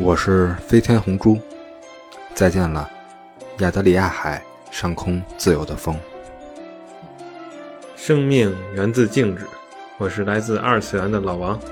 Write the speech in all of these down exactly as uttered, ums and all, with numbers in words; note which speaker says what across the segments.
Speaker 1: 我是飞天红珠，再见了，亚得里亚海上空自由的风。
Speaker 2: 生命源自静止，我是来自二次元的老王。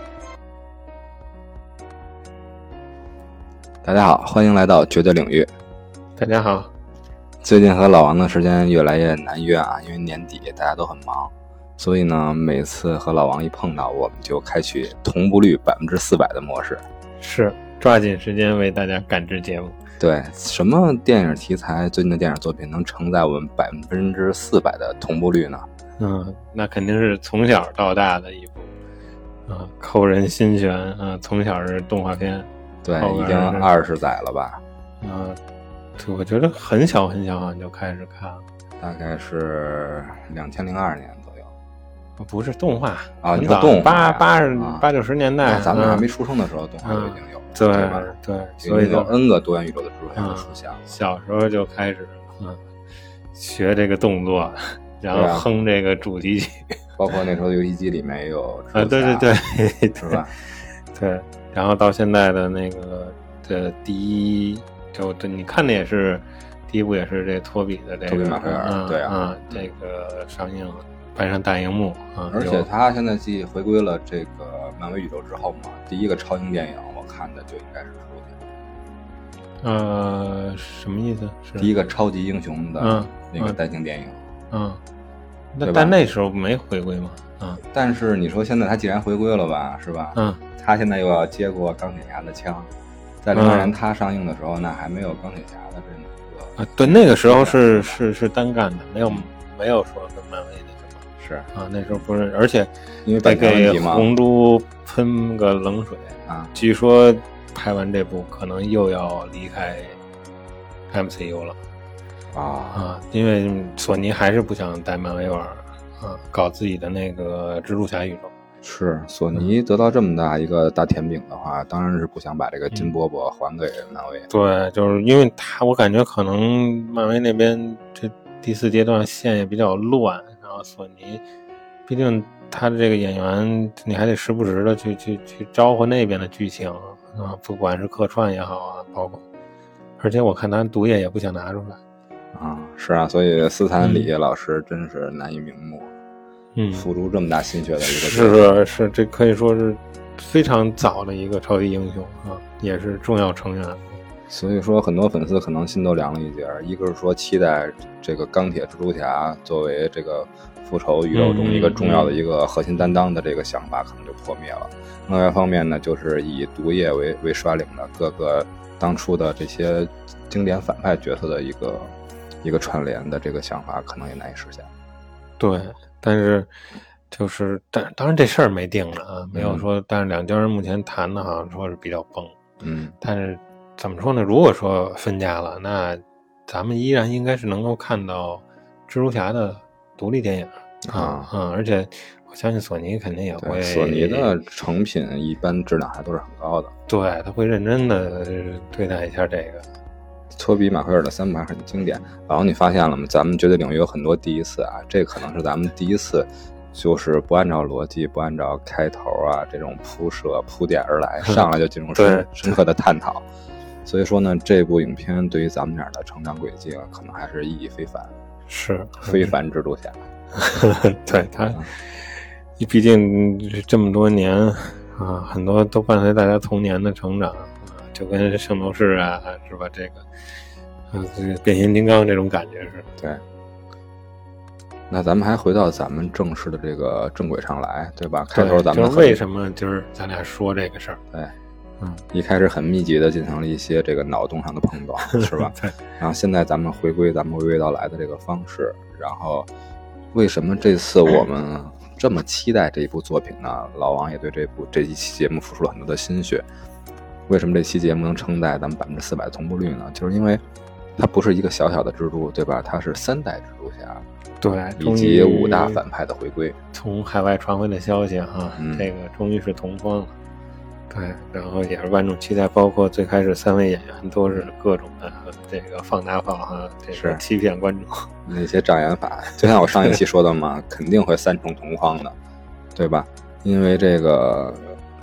Speaker 1: 大家好，欢迎来到绝对领域。
Speaker 2: 大家好。
Speaker 1: 最近和老王的时间越来越难约啊，因为年底大家都很忙，所以呢，每次和老王一碰到，我们就开启同步率百分之四百的模式。
Speaker 2: 是，抓紧时间为大家赶制节目。
Speaker 1: 对，什么电影题材，最近的电影作品能承载我们百分之四百的同步率呢？
Speaker 2: 嗯，那肯定是从小到大的一部啊，扣人心弦啊！从小是动画片，
Speaker 1: 对，已经二十载了吧？
Speaker 2: 啊，我觉得很小很小好像就开始看了，
Speaker 1: 大概是两千零二年左右。
Speaker 2: 不是动画
Speaker 1: 啊，你说动画
Speaker 2: 八八十八九十年代，
Speaker 1: 咱们还没出生的时候，动画就已经有了，
Speaker 2: 对
Speaker 1: 对
Speaker 2: 对，所以
Speaker 1: 有 N 个多元宇宙的蜘蛛侠的出现了。
Speaker 2: 小时候就开始嗯学这个动作，然后哼这个主题曲，
Speaker 1: 包括那时候游戏机里面也有
Speaker 2: 啊，对对对，
Speaker 1: 是吧？
Speaker 2: 对，然后到现在的那个的第一，就你看的也是第一部，也是这托比的这个
Speaker 1: 托比马奎尔，对啊，
Speaker 2: 啊，这个上映了。搬上大荧幕啊！
Speaker 1: 而且他现在继回归了这个漫威宇宙之后嘛，第一个超英电影我看的就应该是蜘蛛
Speaker 2: 侠。呃，什么意思？是
Speaker 1: 第一个超级英雄的那个单行电影。
Speaker 2: 嗯，那、嗯、但那时候没回归嘛？啊、嗯，
Speaker 1: 但是你说现在他既然回归了吧，是吧？
Speaker 2: 嗯，
Speaker 1: 他现在又要接过钢铁侠的枪，在零二年他上映的时候，那还没有钢铁侠的这么一个
Speaker 2: 啊，对，那个时候是是是单干的，没有没有说跟漫威的。
Speaker 1: 是
Speaker 2: 啊，那时候不是，而且
Speaker 1: 因为
Speaker 2: 得给红猪喷个冷水
Speaker 1: 啊。
Speaker 2: 据说拍完这部可能又要离开 M C U 了
Speaker 1: 啊
Speaker 2: 啊，因为索尼还是不想带漫威玩啊，搞自己的那个蜘蛛侠宇宙。
Speaker 1: 是，索尼得到这么大一个大甜饼的话，嗯、当然是不想把这个金饽饽还给漫威。
Speaker 2: 嗯、对，就是因为他，我感觉可能漫威那边这第四阶段线也比较乱。然后索尼，毕竟他的这个演员，你还得时不时的去去去招呼那边的剧情啊，不管是客串也好啊，包括，而且我看他毒液也不想拿出来
Speaker 1: 啊，是啊，所以斯坦李老师真是难以瞑目，
Speaker 2: 嗯，
Speaker 1: 付出这么大心血的一个，
Speaker 2: 是是，这可以说是非常早的一个超级英雄啊，也是重要成员。
Speaker 1: 所以说很多粉丝可能心都凉了一截，一个是说期待这个钢铁蜘蛛侠作为这个复仇宇宙中一个重要的一个核心担当的这个想法可能就破灭了。另外一方面呢，就是以毒液为为率领的各个当初的这些经典反派角色的一个一个串联的这个想法可能也难以实现。
Speaker 2: 对，但是就是但当然这事儿没定了啊，没有说，嗯、但是两家人目前谈的好像说是比较崩，
Speaker 1: 嗯，
Speaker 2: 但是。怎么说呢？如果说分家了，那咱们依然应该是能够看到蜘蛛侠的独立电影啊啊！而且我相信索尼肯定也会，
Speaker 1: 索尼的成品一般质量还都是很高的。
Speaker 2: 对，他会认真的对待一下这个。
Speaker 1: 托比马奎尔的三部还很经典。然后你发现了吗？咱们绝对领域有很多第一次啊，这可能是咱们第一次。就是不按照逻辑，不按照开头啊这种铺设铺垫而来，上来就进入深深刻的探讨。所以说呢，这部影片对于咱们这样的成长轨迹啊，可能还是意义非凡。
Speaker 2: 是
Speaker 1: 非凡蜘蛛侠。
Speaker 2: 对他，毕竟这么多年啊，很多都伴随大家童年的成长啊，就跟圣斗士啊，是吧？这个，呃，这个变形金刚这种感觉是。
Speaker 1: 对。那咱们还回到咱们正式的这个正轨上来，对吧？开头咱们
Speaker 2: 就是为什么就是咱俩说这个事儿？
Speaker 1: 对。
Speaker 2: 嗯，
Speaker 1: 一开始很密集的进行了一些这个脑洞上的碰撞，是吧？
Speaker 2: 对。 然
Speaker 1: 后现在咱们回归咱们娓娓道来的这个方式，然后为什么这次我们这么期待这一部作品呢？老王也对这部这一期节目付出了很多的心血。为什么这期节目能承载咱们百分之四百的同步率呢？就是因为它不是一个小小的蜘蛛，对吧？它是三代蜘蛛侠，
Speaker 2: 对，
Speaker 1: 以及五大反派的回归。
Speaker 2: 从海外传回的消息啊，
Speaker 1: 嗯、
Speaker 2: 这个终于是同框了。对，然后也是万众期待，包括最开始三位演员都是各种的这个放大炮哈，这个欺骗观众。
Speaker 1: 那些障眼法，就像我上一期说的嘛，肯定会三重同框的，对吧？因为这个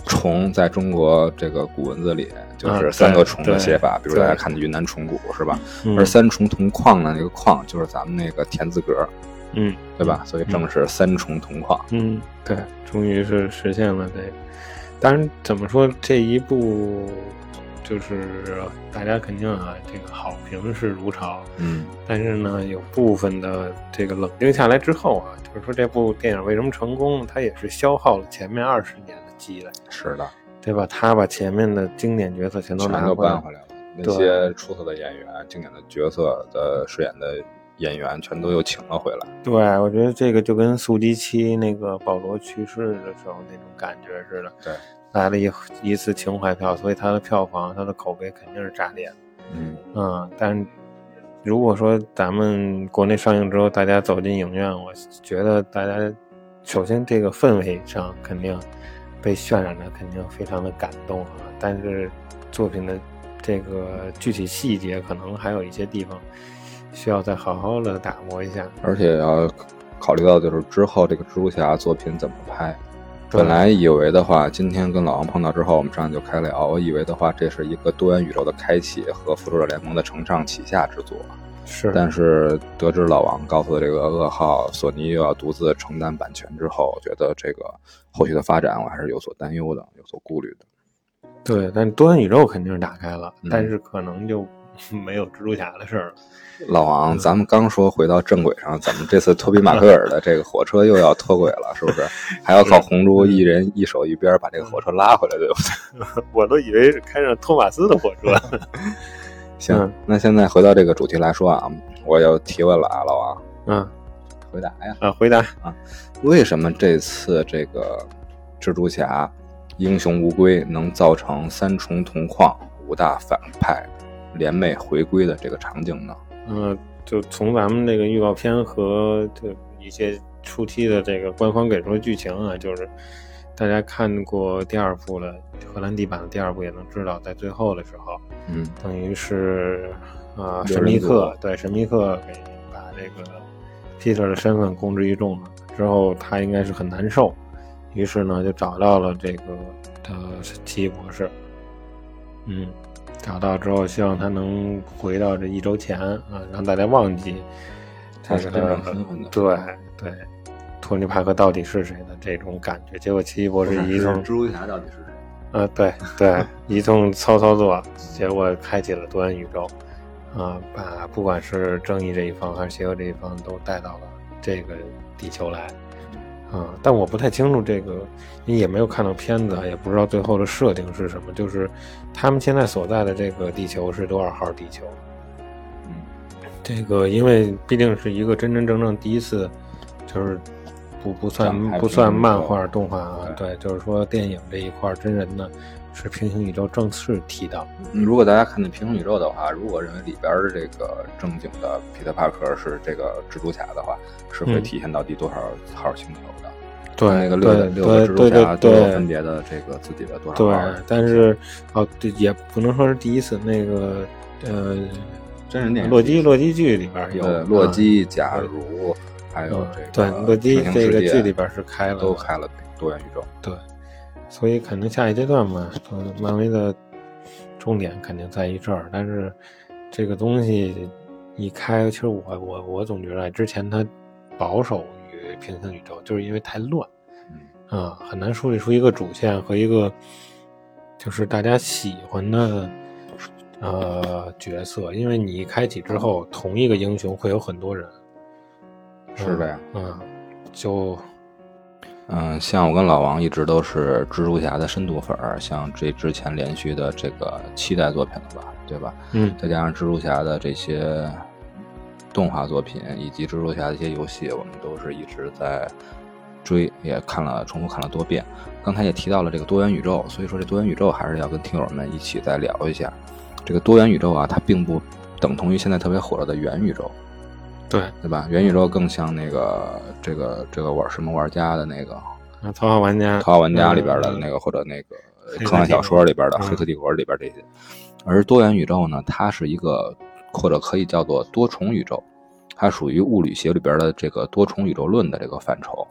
Speaker 1: 虫在中国这个古文字里就是三个虫的写法，
Speaker 2: 啊、
Speaker 1: 比如大家看的云南虫谷是吧？
Speaker 2: 嗯、
Speaker 1: 而三重同框呢，那个框就是咱们那个田字格，
Speaker 2: 嗯，
Speaker 1: 对吧？所以正是三重同框。
Speaker 2: 嗯，对，终于是实现了这个。当然，怎么说这一部就是大家肯定啊，这个好评是如潮，
Speaker 1: 嗯，
Speaker 2: 但是呢，有部分的这个冷静下来之后啊，就是说这部电影为什么成功，它也是消耗了前面二十年的积累，
Speaker 1: 是的，
Speaker 2: 对吧？他把前面的经典角色全都拿
Speaker 1: 全都
Speaker 2: 回来
Speaker 1: 搬回来了，那些出色的演员、经典的角色的饰演的演员全都又请了回来。
Speaker 2: 对，我觉得这个就跟速激七那个保罗去世的时候那种感觉似的。
Speaker 1: 对，
Speaker 2: 来了一一次情怀票，所以它的票房、它的口碑肯定是炸裂的。
Speaker 1: 嗯
Speaker 2: 嗯，但如果说咱们国内上映之后，大家走进影院，我觉得大家首先这个氛围上肯定被渲染的肯定非常的感动啊，但是作品的这个具体细节可能还有一些地方需要再好好的打磨一下，
Speaker 1: 而且要考虑到就是之后这个蜘蛛侠作品怎么拍。本来以为的话，今天跟老王碰到之后，我们上来就开聊，我以为的话这是一个多元宇宙的开启和复仇者联盟的承上启下之作，
Speaker 2: 是。
Speaker 1: 但是得知老王告诉的这个噩耗，索尼又要独自承担版权之后，我觉得这个后续的发展我还是有所担忧的，有所顾虑的。
Speaker 2: 对，但多元宇宙肯定是打开了，
Speaker 1: 嗯、
Speaker 2: 但是可能就没有蜘蛛侠的事儿了。
Speaker 1: 老王，咱们刚说回到正轨上，怎么这次托比马克尔的这个火车又要脱轨了？是不是？还要靠红猪一人一手一边把这个火车拉回来，对不对？
Speaker 2: 我都以为是开上托马斯的火车。
Speaker 1: 行、嗯，那现在回到这个主题来说啊，我有提问了啊，老王。
Speaker 2: 嗯，
Speaker 1: 回答呀。
Speaker 2: 啊，回答
Speaker 1: 啊，为什么这次这个蜘蛛侠英雄无归能造成三重同框、五大反派联袂回归的这个场景呢？
Speaker 2: 嗯、呃，就从咱们这个预告片和这一些初期的这个官方给出的剧情啊，就是大家看过第二部了，荷兰弟版的第二部也能知道，在最后的时候，
Speaker 1: 嗯，
Speaker 2: 等于是啊、呃，神秘客对神秘客给把这个 Peter 的身份公之于众了，之后他应该是很难受，于是呢就找到了这个呃奇异博士，嗯。找到之后，希望他能回到这一周前啊，让大家忘记
Speaker 1: 他是真正身份的。
Speaker 2: 对对，托尼·帕克到底是谁的这种感觉。结果奇异博士一通
Speaker 1: 蜘蛛侠到底是谁？
Speaker 2: 啊，对对，一通操操作，结果开启了多元宇宙啊，把不管是正义这一方还是邪恶这一方都带到了这个地球来。啊、嗯，但我不太清楚这个，你也没有看到片子，也不知道最后的设定是什么。就是他们现在所在的这个地球是多少号地球？
Speaker 1: 嗯，
Speaker 2: 这个因为毕竟是一个真真正正第一次，就是不不算不算漫画动画啊，对，就是说电影这一块真人呢是平行宇宙正式提到。
Speaker 1: 如果大家看的平行宇宙的话，如果认为里边的这个正经的彼得·帕克是这个蜘蛛侠的话，是会体现到第多少号星球的？
Speaker 2: 嗯、对，
Speaker 1: 那个六个六个蜘蛛侠都有分别的这个自己的多少号？
Speaker 2: 对，但是哦，对，也不能说是第一次。那个呃，
Speaker 1: 真人电影
Speaker 2: 洛基洛基剧里边有
Speaker 1: 洛基、假如，还有这个
Speaker 2: 对洛基这个剧里边是开了
Speaker 1: 都开了多元宇宙。
Speaker 2: 对。所以肯定下一阶段嘛，漫威的重点肯定在于这儿，但是这个东西一开，其实我我我总觉得之前它保守于平行宇宙，就是因为太乱，
Speaker 1: 嗯
Speaker 2: 啊，很难树立出一个主线和一个就是大家喜欢的呃角色，因为你一开启之后，同一个英雄会有很多人，
Speaker 1: 是的呀，
Speaker 2: 嗯，就。
Speaker 1: 嗯，像我跟老王一直都是蜘蛛侠的深度粉儿，像这之前连续的这个七代作品了吧，对吧？
Speaker 2: 嗯，
Speaker 1: 再加上蜘蛛侠的这些动画作品以及蜘蛛侠的一些游戏，我们都是一直在追，也看了重复看了多遍。刚才也提到了这个多元宇宙，所以说这多元宇宙还是要跟听友们一起再聊一下。这个多元宇宙啊，它并不等同于现在特别火热的元宇宙。
Speaker 2: 对
Speaker 1: 对吧？元宇宙更像那个这个这个玩什么玩家的那个
Speaker 2: 啊，头号玩家，
Speaker 1: 头号玩家里边的那个、嗯、或者那个科幻小说里边的、嗯、黑客帝国里边这些。而多元宇宙呢，它是一个或者可以叫做多重宇宙，它属于物理学里边的这个多重宇宙论的这个范畴。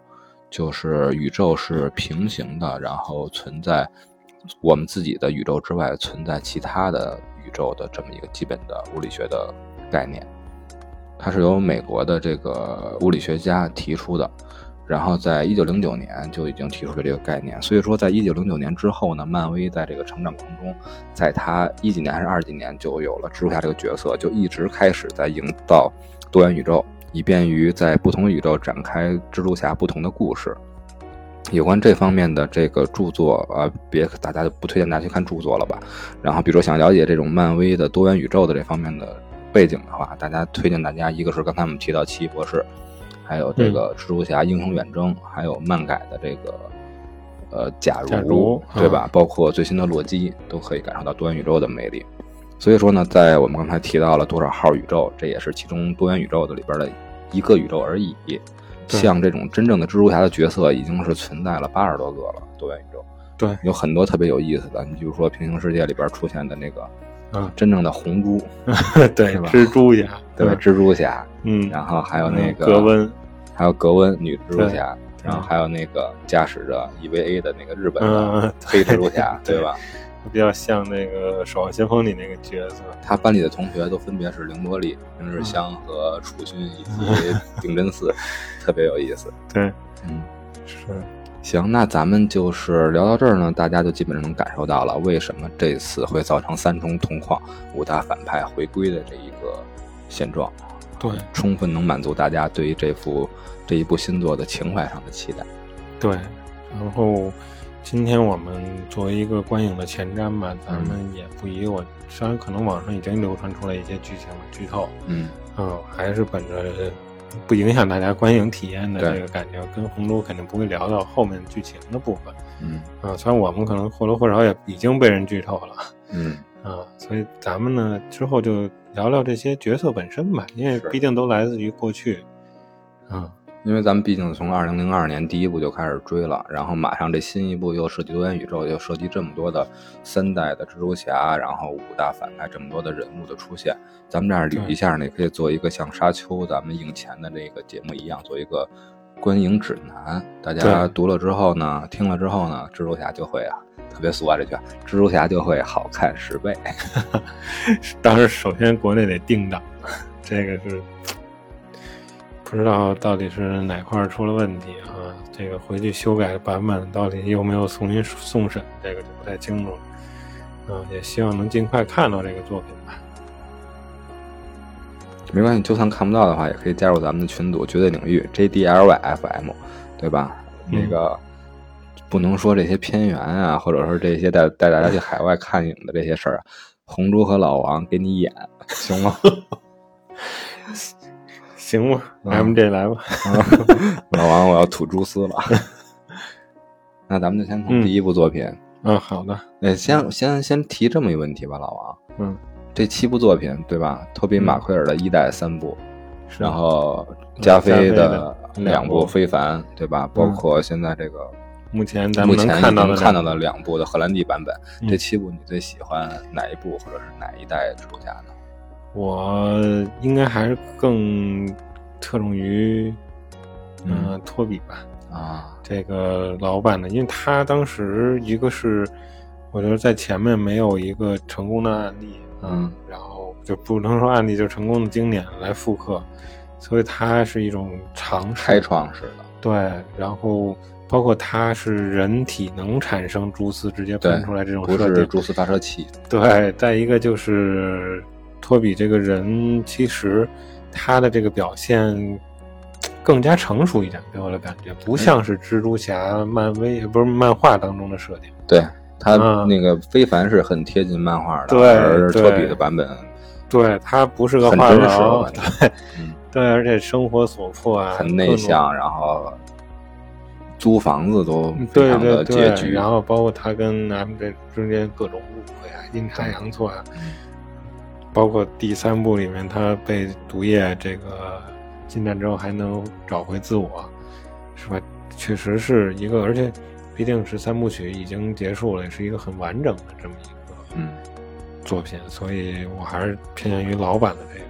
Speaker 1: 就是宇宙是平行的，然后存在我们自己的宇宙之外存在其他的宇宙的这么一个基本的物理学的概念。它是由美国的这个物理学家提出的，然后在一九零九年就已经提出了这个概念。所以说在一九零九年之后呢，漫威在这个成长过程中，在它一几年还是二几年就有了蜘蛛侠这个角色，就一直开始在营造多元宇宙，以便于在不同的宇宙展开蜘蛛侠不同的故事。有关这方面的这个著作啊，别大家就不推荐大家去看著作了吧。然后比如说想了解这种漫威的多元宇宙的这方面的背景的话，大家推荐大家一个是刚才我们提到奇异博士，还有这个蜘蛛侠英雄远征，还有漫改的这个呃假如,
Speaker 2: 假如
Speaker 1: 对吧、嗯、包括最新的洛基都可以感受到多元宇宙的魅力。所以说呢，在我们刚才提到了多少号宇宙，这也是其中多元宇宙的里边的一个宇宙而已。像这种真正的蜘蛛侠的角色已经是存在了八十多个了，多元宇宙。
Speaker 2: 对，
Speaker 1: 有很多特别有意思的，你比如说平行世界里边出现的那个
Speaker 2: 嗯，
Speaker 1: 真正的红猪
Speaker 2: 对，蜘蛛侠，
Speaker 1: 对吧？蜘蛛侠，
Speaker 2: 嗯，
Speaker 1: 然后还有那个
Speaker 2: 格温，
Speaker 1: 还有格温女蜘蛛侠，然后还有那个驾驶着 E V A 的那个日本的黑蜘蛛侠，嗯、对, 对吧？
Speaker 2: 比较像那个《守望先锋》里那个角色。
Speaker 1: 他班里的同学都分别是绫罗莉、明日香和楚勋以及丁真寺，特别有意思。
Speaker 2: 对，
Speaker 1: 嗯，
Speaker 2: 是。
Speaker 1: 行，那咱们就是聊到这儿呢，大家就基本上能感受到了为什么这次会造成三重同框、五大反派回归的这一个现状。
Speaker 2: 对，
Speaker 1: 充分能满足大家对于这幅这一部新作的情怀上的期待。
Speaker 2: 对，然后今天我们作为一个观影的前瞻吧，咱们也不宜我，虽然可能网上已经流传出来一些剧情的剧透，
Speaker 1: 嗯，
Speaker 2: 嗯，还是本着不影响大家观影体验的这个感觉，跟红猪肯定不会聊到后面剧情的部分，
Speaker 1: 嗯，
Speaker 2: 啊，虽然我们可能或多或少也已经被人剧透了，
Speaker 1: 嗯，
Speaker 2: 啊，所以咱们呢之后就聊聊这些角色本身吧，因为毕竟都来自于过去，啊。
Speaker 1: 因为咱们毕竟从二零零二年第一部就开始追了，然后马上这新一部又涉及多元宇宙，又涉及这么多的三代的蜘蛛侠，然后五大反派这么多的人物的出现，咱们这样捋一下呢，也可以做一个像沙丘咱们影前的这个节目一样，做一个观影指南。大家读了之后呢，听了之后呢，蜘蛛侠就会啊，特别俗啊这句，蜘蛛侠就会好看十倍。
Speaker 2: 当然，首先国内得定档，这个是。不知道到底是哪块出了问题啊？这个回去修改的版本到底有没有重新送审，这个就不太清楚了。啊，也希望能尽快看到这个作品吧。
Speaker 1: 没关系，就算看不到的话，也可以加入咱们的群组绝对领域 J D L Y F M， 对吧？嗯、那个不能说这些偏远啊，或者说这些带带大家去海外看影的这些事儿，红猪和老王给你演，行吗？
Speaker 2: 行吧、嗯、M J 来吧、
Speaker 1: 嗯、老王我要吐蛛丝了。那咱们就先看第一部作品。
Speaker 2: 嗯，嗯好的。
Speaker 1: 哎，先先先提这么一个问题吧，老王。
Speaker 2: 嗯，
Speaker 1: 这七部作品对吧？托比马奎尔的一代三部，嗯、然后加菲的两部非凡，对吧？包括现在这个
Speaker 2: 目前咱们能看到的
Speaker 1: 看到的两部的荷兰弟版本，嗯、这七部你最喜欢哪一部，或者是哪一代蜘蛛侠呢？
Speaker 2: 我应该还是更侧重于嗯、呃、托比吧
Speaker 1: 啊，
Speaker 2: 这个老版的，因为他当时一个是我觉得在前面没有一个成功的案例，
Speaker 1: 嗯，
Speaker 2: 然后就不能说案例，就成功的经典来复刻，所以它是一种尝试
Speaker 1: 开创式的，
Speaker 2: 对，然后包括它是人体能产生蛛丝直接喷出来这种设定，
Speaker 1: 不是蛛丝发射器，
Speaker 2: 对，再一个就是托比这个人其实他的这个表现更加成熟一点，给我的感觉不像是蜘蛛侠漫威、嗯、不是漫画当中的设定，
Speaker 1: 对他那个非凡是很贴近漫画的，
Speaker 2: 对，
Speaker 1: 而托比的版本
Speaker 2: 对他不是个话痨，对、
Speaker 1: 嗯、
Speaker 2: 对，而且生活所迫啊，
Speaker 1: 很内向，然后租房子都非常的拮据，
Speaker 2: 对对对，然后包括他跟 M J 之间各种误会啊，阴差阳错啊，
Speaker 1: 嗯，
Speaker 2: 包括第三部里面他被毒液这个进站之后还能找回自我，是吧？确实是一个，而且毕竟是三部曲已经结束了，也是一个很完整的这么一个
Speaker 1: 嗯
Speaker 2: 作品，所以我还是偏向于老版的这个。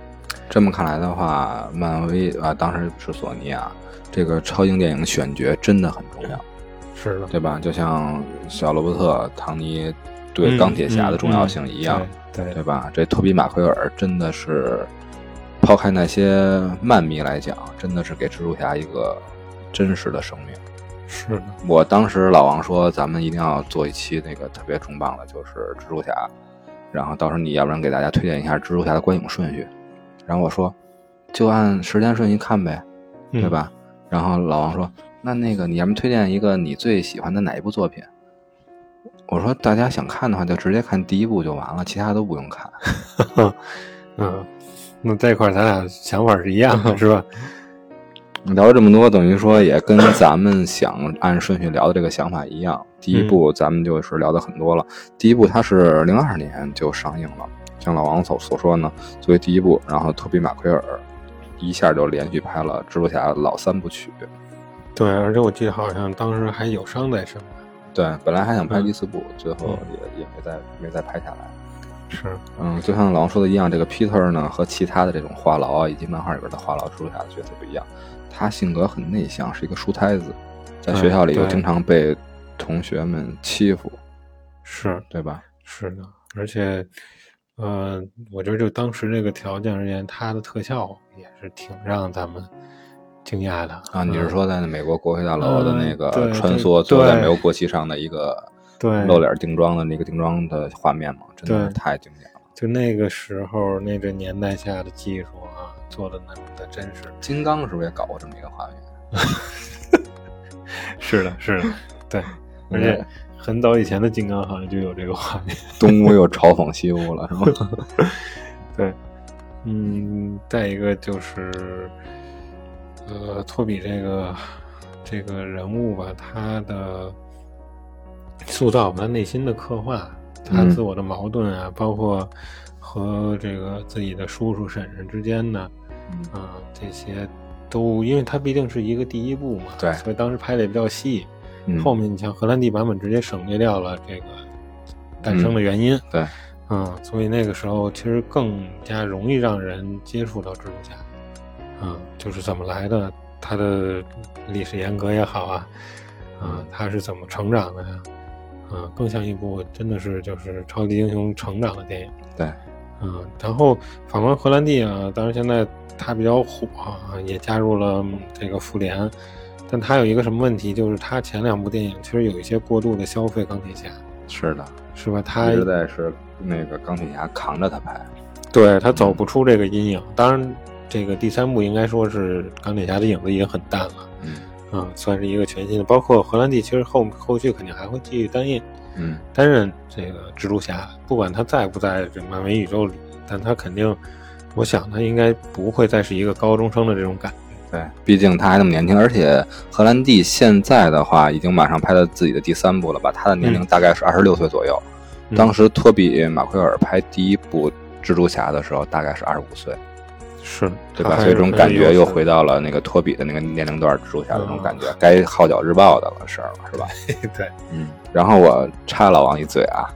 Speaker 1: 这么看来的话，漫威啊，当时是索尼啊，这个超英电影选角真的很重要，
Speaker 2: 是的，
Speaker 1: 对吧？就像小罗伯特·唐尼对钢铁侠的重要性一样，
Speaker 2: 嗯嗯嗯、对 对,
Speaker 1: 对吧？这托比·马奎尔真的是抛开那些漫迷来讲，真的是给蜘蛛侠一个真实的生命。
Speaker 2: 是的，
Speaker 1: 我当时老王说咱们一定要做一期那个特别重磅的，就是蜘蛛侠，然后到时候你要不然给大家推荐一下蜘蛛侠的观影顺序。然后我说就按时间顺序看呗，对吧、嗯、然后老王说那那个你要不推荐一个你最喜欢的哪一部作品。我说大家想看的话就直接看第一部就完了，其他都不用看。
Speaker 2: 嗯，那这块咱俩想法是一样的是吧？
Speaker 1: 聊了这么多，等于说也跟咱们想按顺序聊的这个想法一样。第一部咱们就是聊的很多了、嗯、第一部它是零二年就上映了，像老王所所说呢，作为第一部，然后托比马奎尔一下就连续拍了蜘蛛侠老三部曲。
Speaker 2: 对，而且我记得好像当时还有伤在身。
Speaker 1: 对，本来还想拍第四部、嗯、最后也也没再没再拍下来。
Speaker 2: 是，
Speaker 1: 嗯，就像老王说的一样，这个 Peter 呢和其他的这种话痨啊以及漫画里边的话痨蜘蛛侠的角色不一样，他性格很内向，是一个书呆子，在学校里又经常被同学们欺负，
Speaker 2: 是
Speaker 1: 对吧？
Speaker 2: 是的，而且呃，我觉得就当时这个条件而言，他的特效也是挺让咱们惊讶的
Speaker 1: 啊！你是说在美国国会大楼的那个穿梭，
Speaker 2: 嗯、
Speaker 1: 坐在美国国旗上的一个
Speaker 2: 对
Speaker 1: 露脸定妆的那个定妆的画面吗？真的是太经典了。
Speaker 2: 就那个时候那个年代下的技术啊，做的那么的真实。
Speaker 1: 金刚是不是也搞过这么一个画面？
Speaker 2: 是的，是的，对，而且很早以前的金刚好像就有这个画面。
Speaker 1: 东屋又嘲讽西屋了，是吗？
Speaker 2: 对，嗯，再一个就是呃，托比这个这个人物吧，他的塑造，他内心的刻画，他自我的矛盾啊、嗯、包括和这个自己的叔叔婶婶之间的
Speaker 1: 嗯、
Speaker 2: 呃、这些都，因为他毕竟是一个第一部嘛，
Speaker 1: 对，
Speaker 2: 所以当时拍的也比较细、
Speaker 1: 嗯、
Speaker 2: 后面你像荷兰弟版本直接省略掉了这个诞生的原因、
Speaker 1: 嗯、对，
Speaker 2: 嗯，所以那个时候其实更加容易让人接触到蜘蛛侠，嗯，就是怎么来的，他的历史沿革也好啊，啊、嗯，他是怎么成长的呀？嗯，更像一部真的是就是超级英雄成长的电影。
Speaker 1: 对，
Speaker 2: 嗯，然后反观荷兰弟啊，当然现在他比较火啊，也加入了这个复联，但他有一个什么问题，就是他前两部电影其实有一些过度的消费钢铁侠。
Speaker 1: 是的，
Speaker 2: 是吧？他
Speaker 1: 实在是那个钢铁侠扛着他拍，
Speaker 2: 对，他走不出这个阴影。嗯、当然，这个第三部应该说是钢铁侠的影子已经很淡了。
Speaker 1: 嗯。
Speaker 2: 嗯，算是一个全新的，包括荷兰弟其实后后续肯定还会继续担任，
Speaker 1: 嗯，
Speaker 2: 担任这个蜘蛛侠，不管他在不在这漫威宇宙里，但他肯定，我想他应该不会再是一个高中生的这种感觉。
Speaker 1: 对，毕竟他还那么年轻，而且荷兰弟现在的话已经马上拍到自己的第三部了吧？他的年龄大概是二十六岁左右、嗯。当时托比马奎尔拍第一部蜘蛛侠的时候，大概是二十五岁。
Speaker 2: 是，
Speaker 1: 对吧？所以这种感觉又回到了那个托比的那个年龄段蜘蛛侠的这种感觉，嗯、该号角日报的了事儿了，是吧？
Speaker 2: 对，
Speaker 1: 嗯。然后我插老王一嘴啊，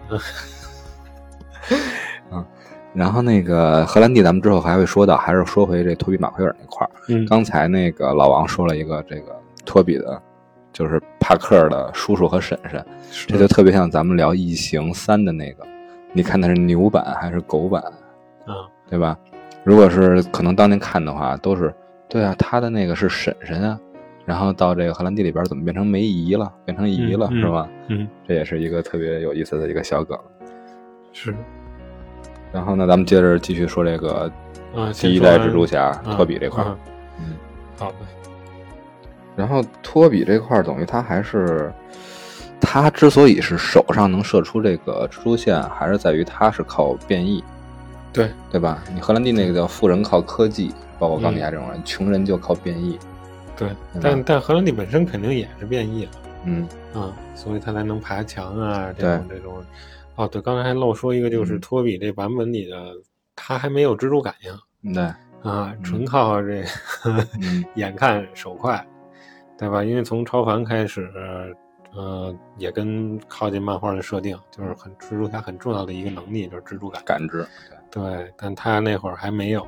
Speaker 1: 嗯。然后那个荷兰弟，咱们之后还会说到，还是说回这托比马奎尔那块儿。
Speaker 2: 嗯。
Speaker 1: 刚才那个老王说了一个这个托比的，就是帕克的叔叔和婶婶，这就特别像咱们聊《异形三》的那个，你看它是牛版还是狗版？
Speaker 2: 嗯，
Speaker 1: 对吧？如果是可能当年看的话，都是对啊，他的那个是婶婶啊，然后到这个荷兰弟里边怎么变成梅姨了，变成姨了、
Speaker 2: 嗯、
Speaker 1: 是吧？
Speaker 2: 嗯，
Speaker 1: 这也是一个特别有意思的一个小梗。
Speaker 2: 是。
Speaker 1: 然后呢，咱们接着继续说这个第一代蜘蛛侠、啊、托比这块、
Speaker 2: 啊。
Speaker 1: 嗯，
Speaker 2: 好的。
Speaker 1: 然后托比这块等于他还是，他之所以是手上能射出这个蜘蛛线，还是在于他是靠变异。
Speaker 2: 对
Speaker 1: 对吧？你荷兰弟那个叫富人靠科技，包括钢铁侠这种人、嗯，穷人就靠变异。
Speaker 2: 对，但但荷兰弟本身肯定也是变异了，
Speaker 1: 嗯
Speaker 2: 啊，所以他才能爬墙啊，这种这种。哦，对，刚才还漏说一个，就是托比这版本里的、嗯、他还没有蜘蛛感应。
Speaker 1: 对
Speaker 2: 啊，纯靠这、嗯、眼看手快，对吧？因为从超凡开始。呃，也跟靠近漫画的设定，就是很蜘蛛侠很重要的一个能力，就是蜘蛛感
Speaker 1: 感知。
Speaker 2: 对，但他那会儿还没有，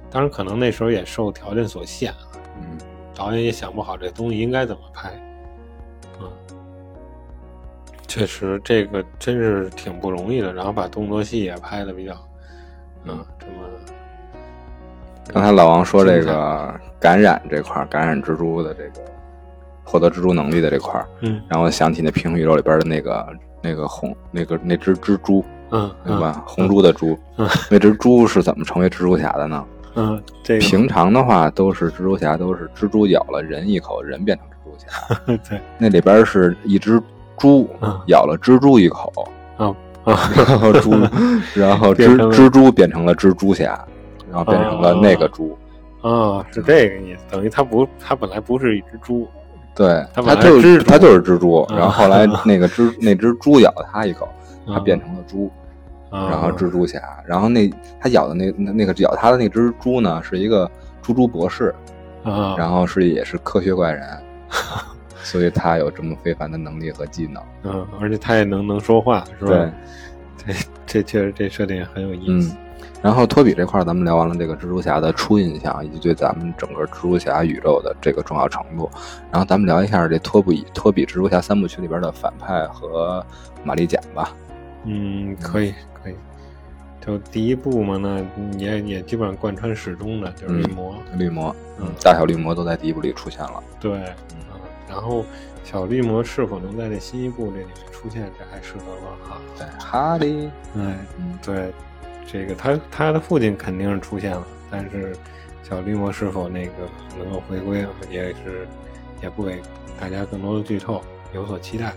Speaker 2: 当然可能那时候也受条件所限啊，
Speaker 1: 嗯，
Speaker 2: 导演也想不好这东西应该怎么拍，嗯，确实这个真是挺不容易的，然后把动作戏也拍的比较，嗯，这么。
Speaker 1: 刚才老王说这个感染这块，感染蜘蛛的这个获得蜘蛛能力的这块，
Speaker 2: 嗯，
Speaker 1: 然后想起那平行宇宙里边的那个那个红那个那只蜘蛛，
Speaker 2: 嗯，
Speaker 1: 对吧？红猪的猪，
Speaker 2: 嗯，
Speaker 1: 那只猪是怎么成为蜘蛛侠的呢？
Speaker 2: 嗯，这个
Speaker 1: 平常的话都是蜘蛛侠都是蜘蛛咬了人一口，人变成蜘蛛侠。
Speaker 2: 对，
Speaker 1: 那里边是一只猪咬了蜘蛛一口，
Speaker 2: 啊
Speaker 1: 啊，然后猪，然后蜘蜘蛛变成了蜘蛛侠。然后变成了那个猪，
Speaker 2: 啊、哦，是这个意思，等于它不，它本来不是一只猪，
Speaker 1: 对，
Speaker 2: 它
Speaker 1: 它就是它就是蜘蛛，
Speaker 2: 啊、
Speaker 1: 然后后来那个蜘那只猪咬了它一口，它变成了猪，
Speaker 2: 啊、
Speaker 1: 然后蜘蛛侠，然后那它咬的那那个咬它的那只猪呢，是一个猪猪博士，
Speaker 2: 啊，
Speaker 1: 然后是也是科学怪人，所以他有这么非凡的能力和技能，
Speaker 2: 嗯，而且他也能能说话，是吧？
Speaker 1: 对，
Speaker 2: 这这确实这设定也很有意思。
Speaker 1: 嗯，然后托比这块咱们聊完了这个蜘蛛侠的初印象，以及对咱们整个蜘蛛侠宇宙的这个重要程度，然后咱们聊一下这托比托比蜘蛛侠三部曲里边的反派和玛丽简吧。
Speaker 2: 嗯，可以可以。就第一部嘛，那也也基本上贯穿始终的，就是绿魔。
Speaker 1: 嗯、绿魔，
Speaker 2: 嗯，
Speaker 1: 大小绿魔都在第一部里出现了。
Speaker 2: 对，嗯，然后小绿魔是否能在这新一部这里面出现，这还是个问号。
Speaker 1: 对，哈利，
Speaker 2: 哎，嗯，对。这个他他的父亲肯定是出现了，但是小绿魔是否那个能够回归，也是也不给大家更多的剧透，有所期待。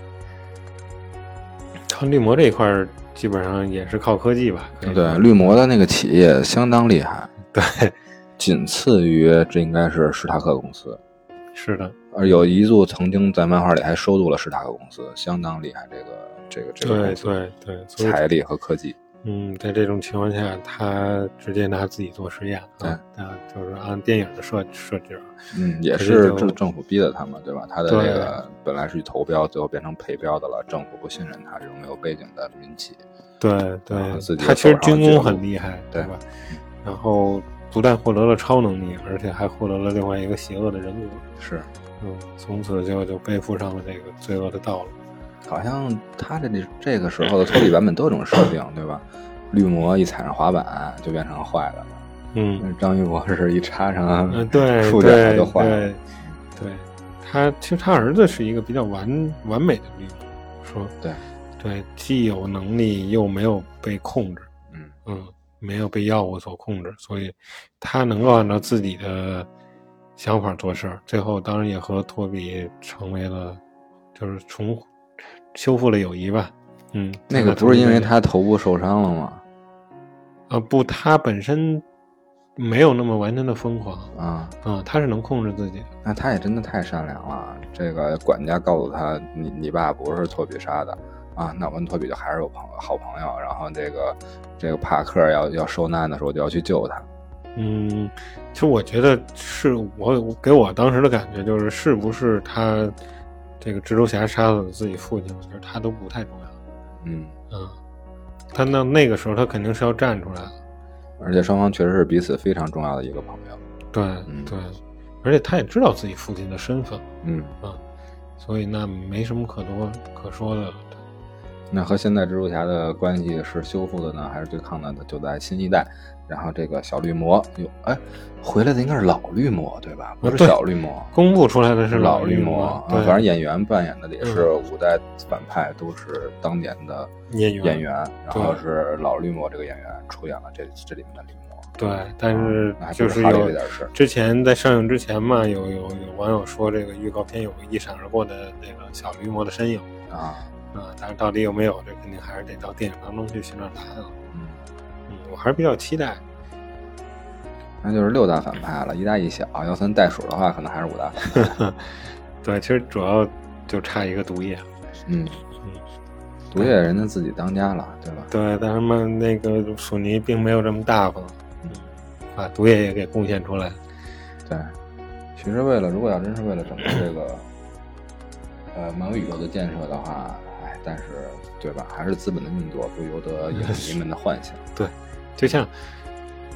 Speaker 2: 看绿魔这一块基本上也是靠科技吧？
Speaker 1: 对，绿魔的那个企业相当厉害，
Speaker 2: 对，
Speaker 1: 仅次于这应该是史塔克公司。
Speaker 2: 是的，
Speaker 1: 而有一度曾经在漫画里还收录了史塔克公司，相当厉害，这个这个这个公司
Speaker 2: 对对对，
Speaker 1: 财力和科技。
Speaker 2: 嗯，在这种情况下，他直接拿自己做实验，
Speaker 1: 对，
Speaker 2: 啊，就是按电影的设设置，
Speaker 1: 嗯，也是政政府逼的他嘛，对吧？他的这个本来是去投标，最后变成配标的了，政府不信任他这种没有背景的民企。
Speaker 2: 对对，他其实军工很厉害，
Speaker 1: 对
Speaker 2: 吧？然后不但获得了超能力，而且还获得了另外一个邪恶的人格，
Speaker 1: 是，
Speaker 2: 嗯，从此就就背负上了这个罪恶的道路。
Speaker 1: 好像他的这这个时候的托比版本都有这种设定，对吧？绿魔一踩上滑板就变成坏的了，
Speaker 2: 嗯，
Speaker 1: 章鱼博士一插上
Speaker 2: 嗯，对，
Speaker 1: 触角就坏了。
Speaker 2: 对，对，他其实他儿子是一个比较完完美的绿魔，说
Speaker 1: 对
Speaker 2: 对，既有能力又没有被控制，
Speaker 1: 嗯
Speaker 2: 嗯，没有被药物所控制，所以他能够按照自己的想法做事儿。最后当然也和托比成为了，就是重修复了友谊吧。嗯，
Speaker 1: 那个不是因为他头部受伤了吗？
Speaker 2: 啊，不，他本身没有那么完全的疯狂
Speaker 1: 啊
Speaker 2: 啊，他是能控制自己的。
Speaker 1: 那他也真的太善良了。这个管家告诉他，你你爸不是托比杀的啊，那我跟托比就还是有朋好朋友。然后这个这个帕克要要受难的时候，就要去救他。
Speaker 2: 嗯，其实我觉得是我给我当时的感觉就是，是不是他这个蜘蛛侠杀死了自己父亲，我觉得他都不太重要。
Speaker 1: 嗯
Speaker 2: 嗯，他那那个时候他肯定是要站出来的，
Speaker 1: 而且双方确实是彼此非常重要的一个朋友。
Speaker 2: 对、嗯、对，而且他也知道自己父亲的身份，
Speaker 1: 嗯
Speaker 2: 啊，所以那没什么可多可说的了。
Speaker 1: 那和现在蜘蛛侠的关系是修复的呢，还是对抗的？就在新一代，然后这个小绿魔有哎回来的应该是老绿魔对吧？不是小绿魔，
Speaker 2: 公布出来的是
Speaker 1: 老
Speaker 2: 绿
Speaker 1: 魔，啊、反正演员扮演的也是五代反派，都是当年的
Speaker 2: 演员，
Speaker 1: 演员然后是老绿魔这个演员出演了这这里面的绿魔。
Speaker 2: 对，但是就是
Speaker 1: 有
Speaker 2: 之前在上映之前嘛，有有有网友说这个预告片有一闪而过的那个小绿魔的身影
Speaker 1: 啊。
Speaker 2: 啊，但是到底有没有，这肯定还是得到电影当中去寻找答案了。
Speaker 1: 嗯
Speaker 2: 嗯，我还是比较期待。
Speaker 1: 那就是六大反派了，一大一小。要算袋鼠的话，可能还是五大反派。
Speaker 2: 对，其实主要就差一个毒液。
Speaker 1: 嗯嗯，毒液人家自己当家了，对吧？
Speaker 2: 对，但是嘛，那个索尼并没有这么大方，嗯，把毒液也给贡献出来。
Speaker 1: 对，其实为了，如果要真是为了整个这个呃漫威宇宙的建设的话。但是，对吧？还是资本的运作不由得影迷们的幻想。
Speaker 2: 对，就像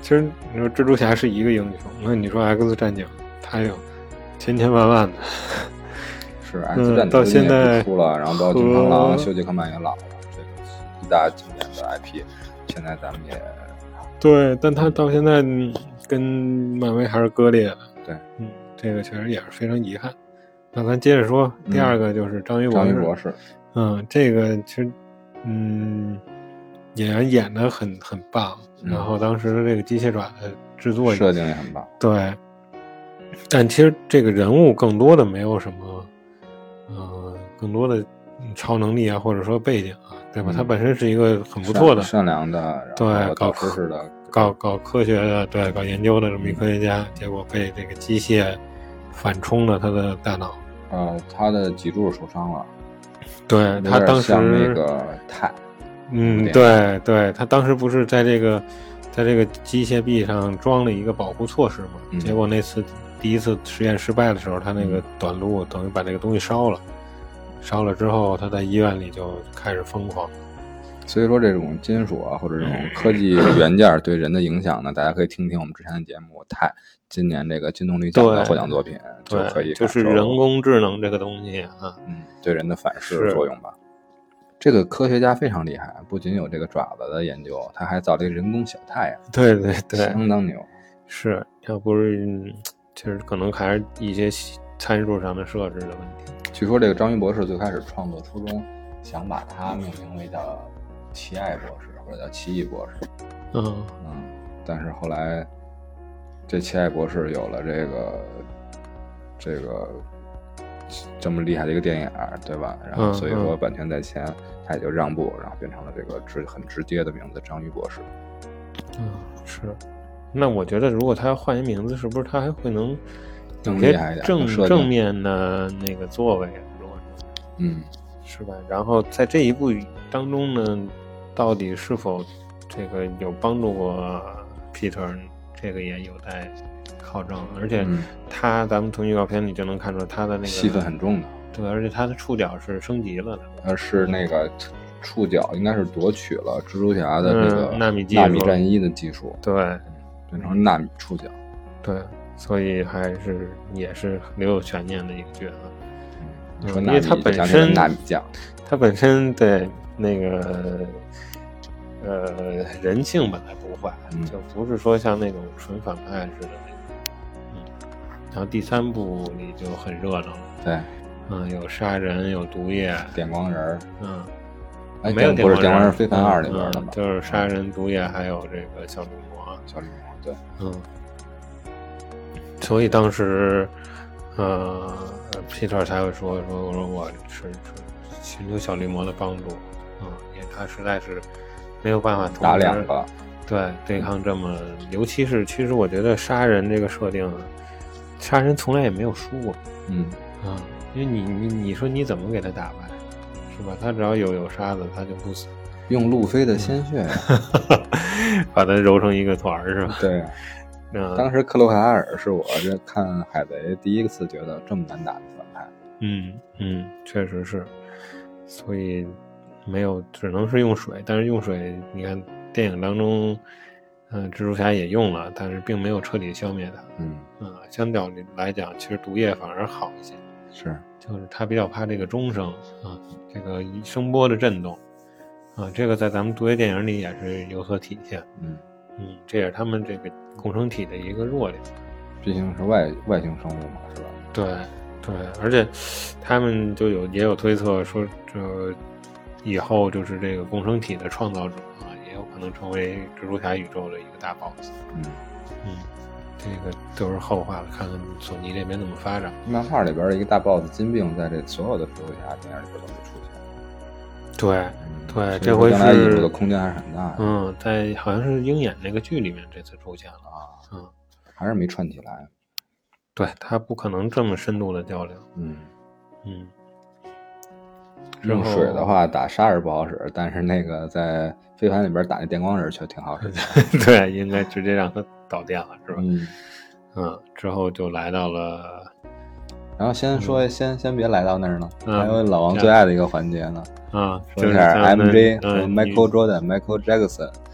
Speaker 2: 其实你说蜘蛛侠是一个英雄，那你说 X 战警，他有千千万万的。
Speaker 1: 是 X 战警现在出了，然后包括金刚狼、休杰克曼也老了，这个一大经典的 I P， 现在咱们也
Speaker 2: 对，但他到现在跟漫威还是割裂的。
Speaker 1: 对，
Speaker 2: 嗯，这个确实也是非常遗憾。那咱接着说，第二个就是章鱼博士。
Speaker 1: 章鱼博士，
Speaker 2: 嗯，这个其实，嗯，演员演的很很棒，
Speaker 1: 嗯、
Speaker 2: 然后当时的这个机械爪的制作
Speaker 1: 设定也很棒。
Speaker 2: 对，但其实这个人物更多的没有什么。呃，更多的超能力啊，或者说背景啊，对吧？
Speaker 1: 嗯、
Speaker 2: 他本身是一个很不错的、
Speaker 1: 善良的，
Speaker 2: 对，搞
Speaker 1: 知识的，
Speaker 2: 搞搞科学的，对，搞研究的这么一科学家，嗯、结果被这个机械反冲了他的大脑。
Speaker 1: 呃，他的脊柱受伤了。
Speaker 2: 对，他当时
Speaker 1: 像那个钛。
Speaker 2: 嗯，对对，他当时不是在这个在这个机械臂上装了一个保护措施嘛？
Speaker 1: 嗯、
Speaker 2: 结果那次。第一次实验失败的时候，他那个短路等于把这个东西烧了，烧了之后，他在医院里就开始疯狂。
Speaker 1: 所以说，这种金属啊，或者这种科技元件对人的影响呢，大家可以听听我们之前的节目，钛今年这个金动力奖的获奖作品就可以，
Speaker 2: 就是人工智能这个东西啊，
Speaker 1: 嗯，对人的反噬作用吧。这个科学家非常厉害，不仅有这个爪子的研究，他还造了一个人工小太阳，
Speaker 2: 对对对，
Speaker 1: 相当牛。
Speaker 2: 是要不是。其实可能还是一些参数上的设置的问题。
Speaker 1: 据说这个章鱼博士最开始创作初衷想把它命名为叫奇爱博士或者叫奇异博士，
Speaker 2: 嗯
Speaker 1: 嗯，但是后来这奇爱博士有了这个这个这么厉害的一个电影，对吧？然后所以说版权在前，他也就让步，然后变成了这个直很直接的名字章鱼博士。
Speaker 2: 嗯，是。那我觉得，如果他要换一名字，是不是他还会能
Speaker 1: 更厉害一点，
Speaker 2: 正正面的那个作为？
Speaker 1: 嗯，
Speaker 2: 是吧？然后在这一部当中呢，到底是否这个有帮助过 Peter， 这个也有待考证。而且他，咱们从预告片里就能看出他的那个
Speaker 1: 戏份很重的，
Speaker 2: 对，而且他的触角是升级了的，
Speaker 1: 呃，是那个。触角应该是夺取了蜘蛛侠的这个
Speaker 2: 纳米
Speaker 1: 纳米战衣的技术，
Speaker 2: 对，
Speaker 1: 变成纳米触角，
Speaker 2: 对，所以还是也是留有悬念的一个角色。
Speaker 1: 嗯，说
Speaker 2: 因为他本身
Speaker 1: 纳米酱，
Speaker 2: 他本身对那个呃人性本来不坏，
Speaker 1: 嗯、
Speaker 2: 就不是说像那种纯反派似的那种。嗯，然后第三部里就很热闹了，
Speaker 1: 对，
Speaker 2: 嗯，有杀人，有毒液，
Speaker 1: 电光人，
Speaker 2: 嗯。
Speaker 1: 哎，
Speaker 2: 没有
Speaker 1: 不是《电光人非凡二》里边的
Speaker 2: 吗、嗯？就是杀人、毒液，还有这个小绿魔。
Speaker 1: 小绿魔，对，
Speaker 2: 嗯。所以当时，呃 ，Peter 才会说说，我说我是寻求小绿魔的帮助，嗯，因为他实在是没有办法同时
Speaker 1: 打两个，
Speaker 2: 对，对抗这么，尤其是其实我觉得杀人这个设定，杀人从来也没有输过，
Speaker 1: 嗯
Speaker 2: 啊，因为你你你说你怎么给他打败？是吧？他只要有有沙子，他就不死。
Speaker 1: 用路飞的鲜血，
Speaker 2: 把它揉成一个团儿，是吧？
Speaker 1: 对。
Speaker 2: 嗯，
Speaker 1: 当时克洛卡尔是我这看海贼第一次觉得这么难打的反派。
Speaker 2: 嗯嗯，确实是。所以没有，只能是用水。但是用水，你看电影当中，嗯、呃，蜘蛛侠也用了，但是并没有彻底消灭它。
Speaker 1: 嗯
Speaker 2: 嗯，相较来讲，其实毒液反而好一些。
Speaker 1: 是。
Speaker 2: 就是他比较怕这个钟声啊，这个声波的震动啊，这个在咱们毒液电影里也是有所体现。
Speaker 1: 嗯
Speaker 2: 嗯，这也是他们这个共生体的一个弱点。
Speaker 1: 毕竟是外外星生物嘛，是吧？
Speaker 2: 对对，而且他们就有也有推测说，这以后就是这个共生体的创造者啊，也有可能成为蜘蛛侠宇宙的一个大 boss。
Speaker 1: 嗯
Speaker 2: 嗯。这个都是后话了，看看索尼这边怎么发展。
Speaker 1: 漫画里边的一个大 boss 金并在这所有的蜘蛛侠电影里边都没出现。
Speaker 2: 对、
Speaker 1: 嗯、
Speaker 2: 对，这回是
Speaker 1: 将来引入的空间还是很大的。
Speaker 2: 嗯，在好像是鹰眼那个剧里面这次出现了
Speaker 1: 啊，
Speaker 2: 嗯，
Speaker 1: 还是没串起来。
Speaker 2: 对，他不可能这么深度的交流。
Speaker 1: 嗯
Speaker 2: 嗯。
Speaker 1: 用水的话打沙人不好使，但是那个在飞盘里边打那电光人却挺好使的。
Speaker 2: 对，应该直接让他导电了，是吧？
Speaker 1: 嗯
Speaker 2: 嗯，之后就来到了，
Speaker 1: 然后先说、嗯、先先别来到那儿呢、
Speaker 2: 嗯，
Speaker 1: 还有老王最爱的一个环节呢。
Speaker 2: 啊，
Speaker 1: 说一下 M J 和
Speaker 2: 嗯
Speaker 1: Michael Jordan、Michael Jackson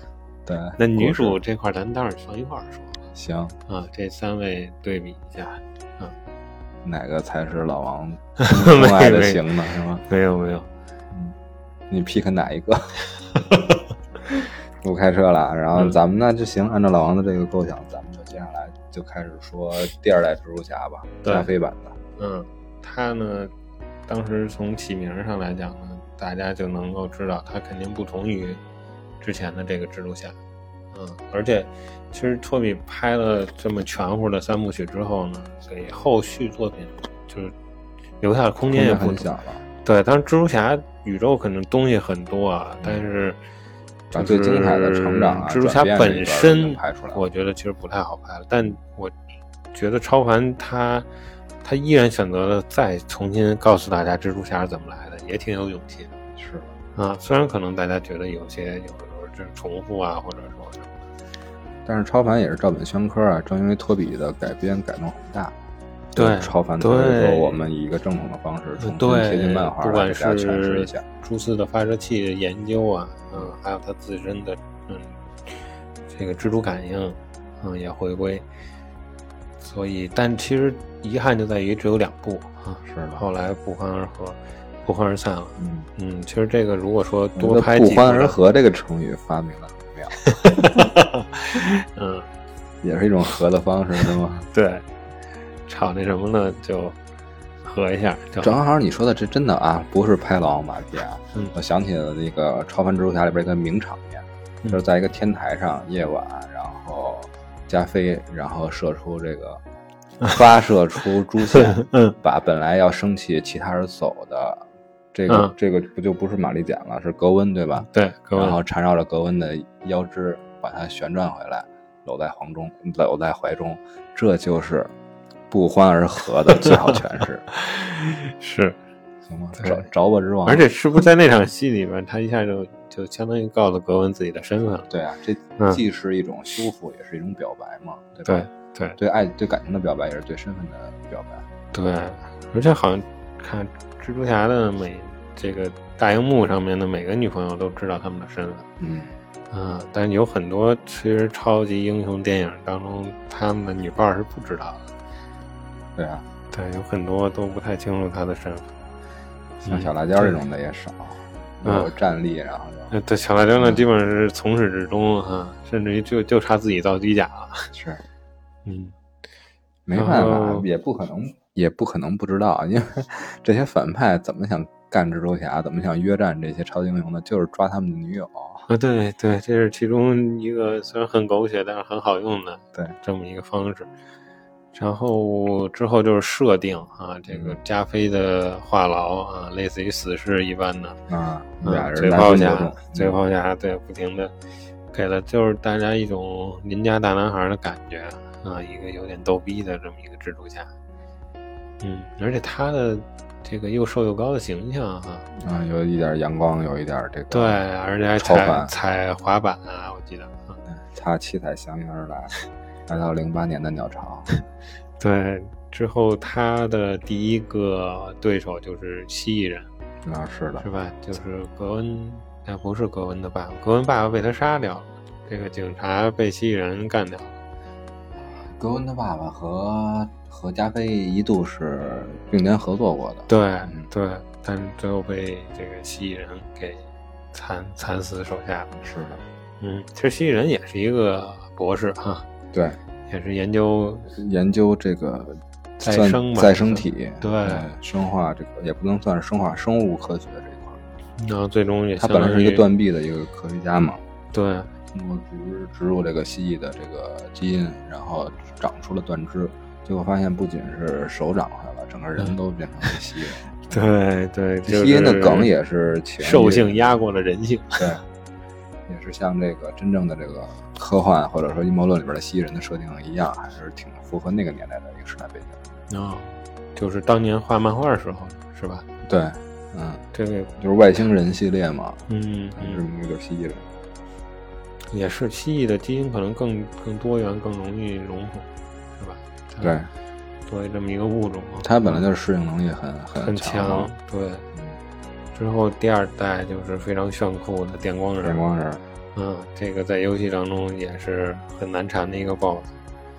Speaker 1: 对，
Speaker 2: 那女主这块咱待会儿放一块儿说。
Speaker 1: 行
Speaker 2: 啊，这三位对比一下，啊，
Speaker 1: 哪个才是老王钟爱的型呢？是吗？
Speaker 2: 没有没有，
Speaker 1: 嗯，你 pick 哪一个？不开车了，然后咱们呢就行，按照老王的这个构想，咱们就接下来就开始说第二代蜘蛛侠吧，加菲版的。
Speaker 2: 嗯，他呢，当时从起名上来讲呢，大家就能够知道他肯定不同于之前的这个蜘蛛侠。嗯，而且其实托比拍了这么全乎的三部曲之后呢，给后续作品就是留下的空间也不小了。对，当然蜘蛛侠宇宙可能东西很多啊，嗯、但是
Speaker 1: 把最精彩的成长啊，
Speaker 2: 蜘蛛侠本身我觉得其实不太好拍了，但我觉得超凡他他依然选择了再重新告诉大家蜘蛛侠是怎么来的，也挺有勇气的。
Speaker 1: 是
Speaker 2: 啊，虽然可能大家觉得有些有的时候这重复啊，或者说什么。
Speaker 1: 但是超凡也是照本宣科啊，正因为托比的改编改动很大，
Speaker 2: 对
Speaker 1: 超凡才会说我们以一个正统的方式重新贴近漫画，
Speaker 2: 不管是
Speaker 1: 诠释一下
Speaker 2: 蛛丝的发射器的研究啊，嗯，还有他自身的嗯这个蜘蛛感应，嗯也回归。所以，但其实遗憾就在于只有两部啊，
Speaker 1: 是的，
Speaker 2: 后来不欢而合，不欢而散了。
Speaker 1: 嗯
Speaker 2: 嗯，其实这个如果说多拍
Speaker 1: 几部，不欢而合这个成语发明了。
Speaker 2: 嗯，
Speaker 1: 也是一种和的方式，是吗？
Speaker 2: 对，炒那什么呢，就和一下。
Speaker 1: 正好你说的这真的啊，不是拍老王马屁啊。
Speaker 2: 嗯，
Speaker 1: 我想起了那个《超凡蜘蛛侠》里边一个名场面，嗯、就是在一个天台上，夜晚，然后加菲，然后射出这个发射出蛛线，
Speaker 2: 嗯，
Speaker 1: 把本来要生气其他人走的。这个、嗯、这个不就不是玛丽简了，是格温对吧？
Speaker 2: 对，格温。
Speaker 1: 然后缠绕着格温的腰肢，把它旋转回来，搂在怀中，搂在怀中，这就是不欢而合的最好诠释。
Speaker 2: 是，
Speaker 1: 行吗？着着吧之王。
Speaker 2: 而且是不是在那场戏里边，他一下就就相当于告诉格温自己的身份了？
Speaker 1: 对啊，这既是一种修复，嗯、也是一种表白嘛，对吧？
Speaker 2: 对对，
Speaker 1: 对爱对感情的表白，也是对身份的表白。
Speaker 2: 对，而且好像看蜘蛛侠的每。这个大荧幕上面的每个女朋友都知道他们的身份，
Speaker 1: 嗯，
Speaker 2: 啊，但有很多其实超级英雄电影当中，他们的女伴是不知道的。
Speaker 1: 对啊，
Speaker 2: 对，有很多都不太清楚他的身份。
Speaker 1: 像小辣椒这种的也少，嗯、有战力，然后
Speaker 2: 就对小辣椒呢，基本上是从始至终啊，甚至于就就差自己造机甲了。
Speaker 1: 是，
Speaker 2: 嗯，
Speaker 1: 没办法，也不可能，也不可能不知道，因为这些反派怎么想。干蜘蛛侠怎么想约战这些超级英雄呢？就是抓他们的女友
Speaker 2: 啊！对对，这是其中一个虽然很狗血，但是很好用的
Speaker 1: 对
Speaker 2: 这么一个方式。然后之后就是设定啊，这个加菲的话痨啊，类似于死士一般的
Speaker 1: 啊，
Speaker 2: 啊嘴炮侠，嘴炮侠对，不停的给了就是大家一种邻家大男孩的感觉啊，一个有点逗逼的这么一个蜘蛛侠。嗯，而且他的。这个又瘦又高的形象哈，
Speaker 1: 啊，有一点阳光，有一点这个
Speaker 2: 对，而且还踩踩滑板啊，我记得啊，
Speaker 1: 他七彩祥云而来，来到零八年的鸟巢。
Speaker 2: 对，之后他的第一个对手就是蜥蜴人
Speaker 1: 啊，是的，
Speaker 2: 是吧？就是格温，哎，不是格温的爸爸，格温爸爸被他杀掉了，这个警察被蜥蜴人干掉了。
Speaker 1: 格温的爸爸和。和加菲一度是并肩合作过的，
Speaker 2: 对、嗯、对，但最后被这个蜥蜴人给惨惨死手下了。
Speaker 1: 是的，
Speaker 2: 嗯，其实蜥蜴人也是一个博士哈，
Speaker 1: 对，
Speaker 2: 也是研究
Speaker 1: 研究这个
Speaker 2: 再生
Speaker 1: 再生体，
Speaker 2: 对，
Speaker 1: 生化这个也不能算是生化生物科学这一块。
Speaker 2: 然后最终也
Speaker 1: 他本来是一个断臂的一个科学家嘛，
Speaker 2: 对，
Speaker 1: 通过植植入这个蜥蜴的这个基因，然后长出了断肢。结果发现不仅是手长回来了，整个人都变成了蜥蜴
Speaker 2: 人。对对，
Speaker 1: 蜥蜴人的梗也是
Speaker 2: 兽性压过了人性。
Speaker 1: 对，也是像这个真正的这个科幻或者说阴谋论里边的蜥蜴人的设定一样，还是挺符合那个年代的一个时代背景。
Speaker 2: 哦，就是当年画漫画的时候，是吧？
Speaker 1: 对，嗯，
Speaker 2: 这个
Speaker 1: 就是外星人系列嘛，
Speaker 2: 嗯，
Speaker 1: 这么一个蜥蜴人，
Speaker 2: 也是蜥蜴的基因可能更更多元，更容易融合。
Speaker 1: 对，
Speaker 2: 作为这么一个物种，
Speaker 1: 它本来就是适应能力很
Speaker 2: 很
Speaker 1: 很
Speaker 2: 强。对，之后第二代就是非常炫酷的电光人，
Speaker 1: 电光人
Speaker 2: 啊，这个在游戏当中也是很难缠的一个 B O S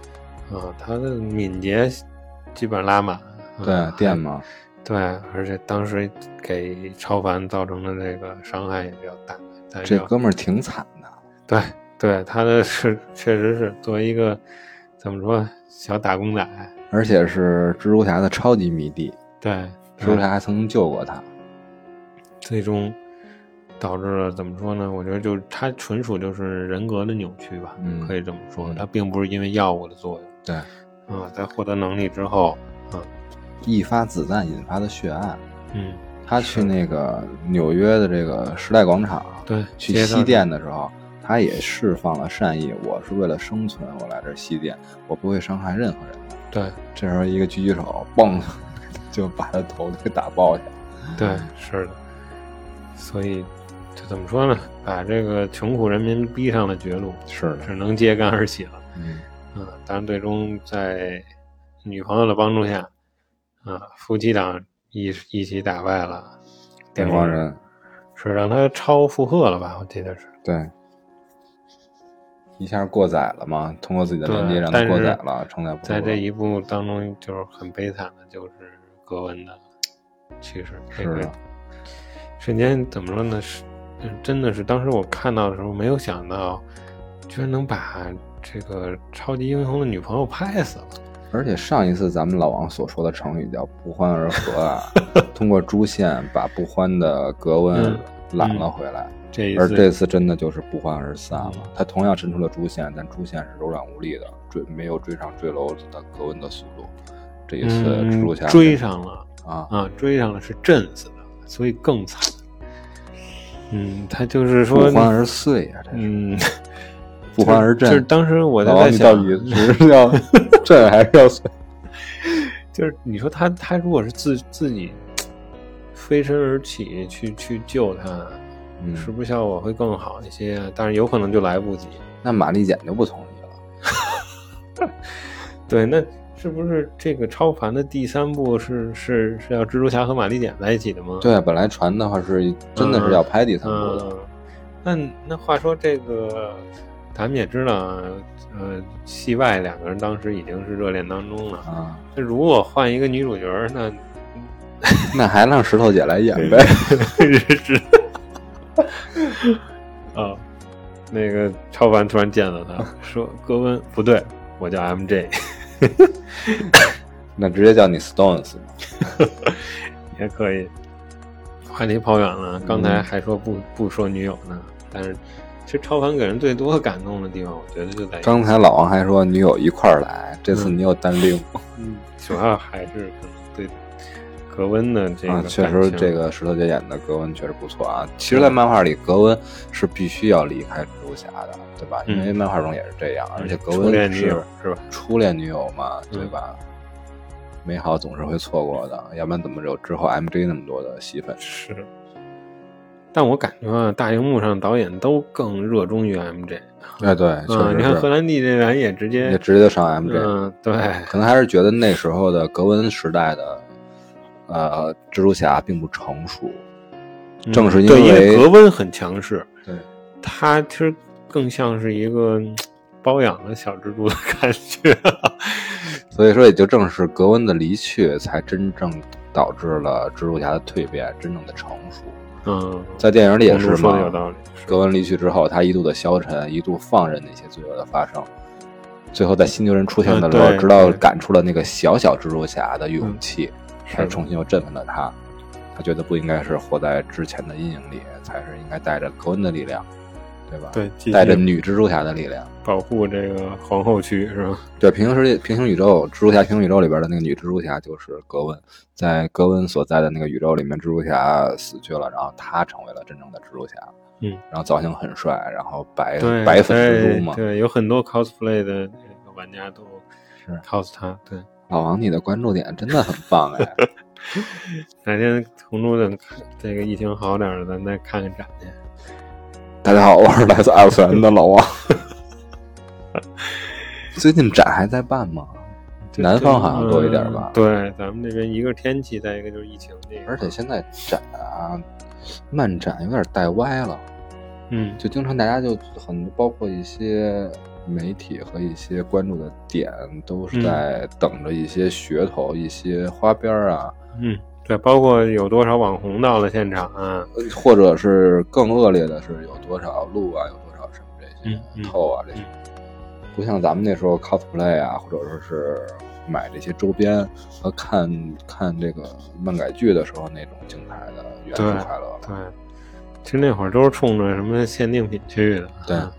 Speaker 2: S 啊，他的敏捷基本拉满，
Speaker 1: 对，
Speaker 2: 啊、
Speaker 1: 电嘛，
Speaker 2: 对，而且当时给超凡造成的这个伤害也比较大。
Speaker 1: 这哥们儿挺惨的。
Speaker 2: 对对，他的是确实是作为一个怎么说小打工仔，
Speaker 1: 而且是蜘蛛侠的超级迷弟。
Speaker 2: 对，
Speaker 1: 蜘蛛侠还曾经救过他，
Speaker 2: 最终导致了怎么说呢？我觉得就是他纯属就是人格的扭曲吧，
Speaker 1: 嗯，
Speaker 2: 可以这么说，他并不是因为药物的作用。
Speaker 1: 对，
Speaker 2: 啊，在获得能力之后，啊，
Speaker 1: 一发子弹引发的血案。
Speaker 2: 嗯，
Speaker 1: 他去那个纽约的这个时代广场，
Speaker 2: 对，
Speaker 1: 去吸电的时候，他也释放了善意，我是为了生存，我来这儿吸电，我不会伤害任何人的。
Speaker 2: 对，
Speaker 1: 这时候一个狙击手，嘣，就把他头给打爆下。
Speaker 2: 对，是的。所以，这怎么说呢？把这个穷苦人民逼上了绝路，
Speaker 1: 是的，
Speaker 2: 只能揭竿而起了。
Speaker 1: 嗯，
Speaker 2: 啊，当然最终在女朋友的帮助下，啊，夫妻档一一起打败了
Speaker 1: 电光人，
Speaker 2: 是让他超负荷了吧？我记得是。
Speaker 1: 对，一下过载了嘛，通过自己的能力让他过载了，承载不住。
Speaker 2: 在这一部当中，就是很悲惨的，就是格温的去世。
Speaker 1: 是的，
Speaker 2: 瞬间怎么说呢？是真的是当时我看到的时候，没有想到，居然能把这个超级英雄的女朋友拍死了。
Speaker 1: 而且上一次咱们老王所说的成语叫不欢而合啊，通过诛陷把不欢的格温揽了回来。
Speaker 2: 嗯嗯、这一次
Speaker 1: 而这次真的就是不欢而散了。他同样伸出了诛陷，但诛陷是柔软无力的，追没有追上坠楼的格温的速度。这一次蜘蛛侠、
Speaker 2: 嗯、追上了
Speaker 1: 啊
Speaker 2: 啊，追上了是震死的，所以更惨。嗯，他就是说
Speaker 1: 不欢而碎啊，这是。
Speaker 2: 嗯。
Speaker 1: 不欢而震，
Speaker 2: 就是当时我就在
Speaker 1: 想，你到底是要震还是要碎？
Speaker 2: 就是你说他他如果是自自己飞身而起去去救他，
Speaker 1: 嗯，
Speaker 2: 是不是效果会更好一些？但是有可能就来不及。
Speaker 1: 那玛丽简就不同意了。
Speaker 2: 对，那是不是这个超凡的第三部是是是要蜘蛛侠和玛丽简在一起的吗？
Speaker 1: 对，本来传的话是真的是要拍第三部的。
Speaker 2: 嗯嗯、那那话说这个。咱们也知道，呃，戏外两个人当时已经是热恋当中了
Speaker 1: 啊。
Speaker 2: 那如果换一个女主角，那
Speaker 1: 那还让石头姐来演呗？
Speaker 2: 是啊，那个超凡突然见到他，说：“格温不对，我叫 M J。”
Speaker 1: 那直接叫你 Stones 吗？
Speaker 2: 也可以。话题跑远了，刚才还说不、嗯、不说女友呢，但是。其实超凡给人最多感动的地方，我觉得就在
Speaker 1: 刚才老王还说女友一块儿来，这次你有单拎。
Speaker 2: 嗯，主要还是可能对格温的这个、啊，
Speaker 1: 确实这个石头姐演的格温确实不错啊。其实，在漫画里，格温是必须要离开蜘蛛侠的，对吧？
Speaker 2: 嗯、
Speaker 1: 因为漫画中也是这样，
Speaker 2: 嗯、
Speaker 1: 而且格温是
Speaker 2: 是是吧？
Speaker 1: 初恋女友嘛，对吧？嗯、美好总是会错过的，要不然怎么有之后 M J 那么多的戏份？
Speaker 2: 是。但我感觉啊，大荧幕上导演都更热衷于 M J。
Speaker 1: 哎，对，
Speaker 2: 嗯，你看荷兰弟这人也直接
Speaker 1: 也直接就上 M J。
Speaker 2: 嗯，对，
Speaker 1: 可能还是觉得那时候的格温时代的呃蜘蛛侠并不成熟，
Speaker 2: 嗯、
Speaker 1: 正是因
Speaker 2: 为,
Speaker 1: 为,
Speaker 2: 对因为格温很强势，
Speaker 1: 对，
Speaker 2: 他其实更像是一个包养的小蜘蛛的感觉。
Speaker 1: 所以说，也就正是格温的离去，才真正导致了蜘蛛侠的蜕变，真正的成熟。
Speaker 2: 嗯，
Speaker 1: 在电影里也是嘛，
Speaker 2: 有道理。
Speaker 1: 格温离去之后，他一度的消沉，一度放任那些罪恶的发生，最后在新旧人出现的时候，
Speaker 2: 嗯、
Speaker 1: 直到赶出了那个小小蜘蛛侠的勇气，才、嗯、重新又振奋了他。他觉得不应该是活在之前的阴影里，才是应该带着格温的力量，对吧？
Speaker 2: 对，
Speaker 1: 带着女蜘蛛侠的力量，
Speaker 2: 保护这个皇后区是吧？
Speaker 1: 对，平行世界、平行宇宙，蜘蛛侠平行宇宙里边的那个女蜘蛛侠就是格温。在格温所在的那个宇宙里面，蜘蛛侠死去了，然后他成为了真正的蜘蛛侠。
Speaker 2: 嗯，
Speaker 1: 然后造型很帅，然后白白粉蜘蛛嘛。
Speaker 2: 对，有很多 cosplay 的那个玩家都是 cos 他。对，
Speaker 1: 老王，你的关注点真的很棒哎。
Speaker 2: 哪天红猪等这个疫情好点了，咱再看看展去。
Speaker 1: 大家好，我是来自二次元的老王。最近展还在办吗？南方好像多一点吧、
Speaker 2: 嗯。对，咱们这边一个天气，再一个就是疫情这个。
Speaker 1: 而且现在展啊，漫展有点带歪了。
Speaker 2: 嗯，
Speaker 1: 就经常大家就很包括一些媒体和一些关注的点，都是在等着一些噱头、嗯、一些花边啊。
Speaker 2: 嗯，对，包括有多少网红到了现场啊，
Speaker 1: 或者是更恶劣的是有多少路啊，有多少什么这些、
Speaker 2: 嗯、
Speaker 1: 透啊这些。不像咱们那时候 cosplay 啊，或者说是买这些周边和看看这个漫改剧的时候那种精彩的原始快乐。
Speaker 2: 对，对，其实那会儿都是冲着什么限定品去的。
Speaker 1: 对，
Speaker 2: 啊、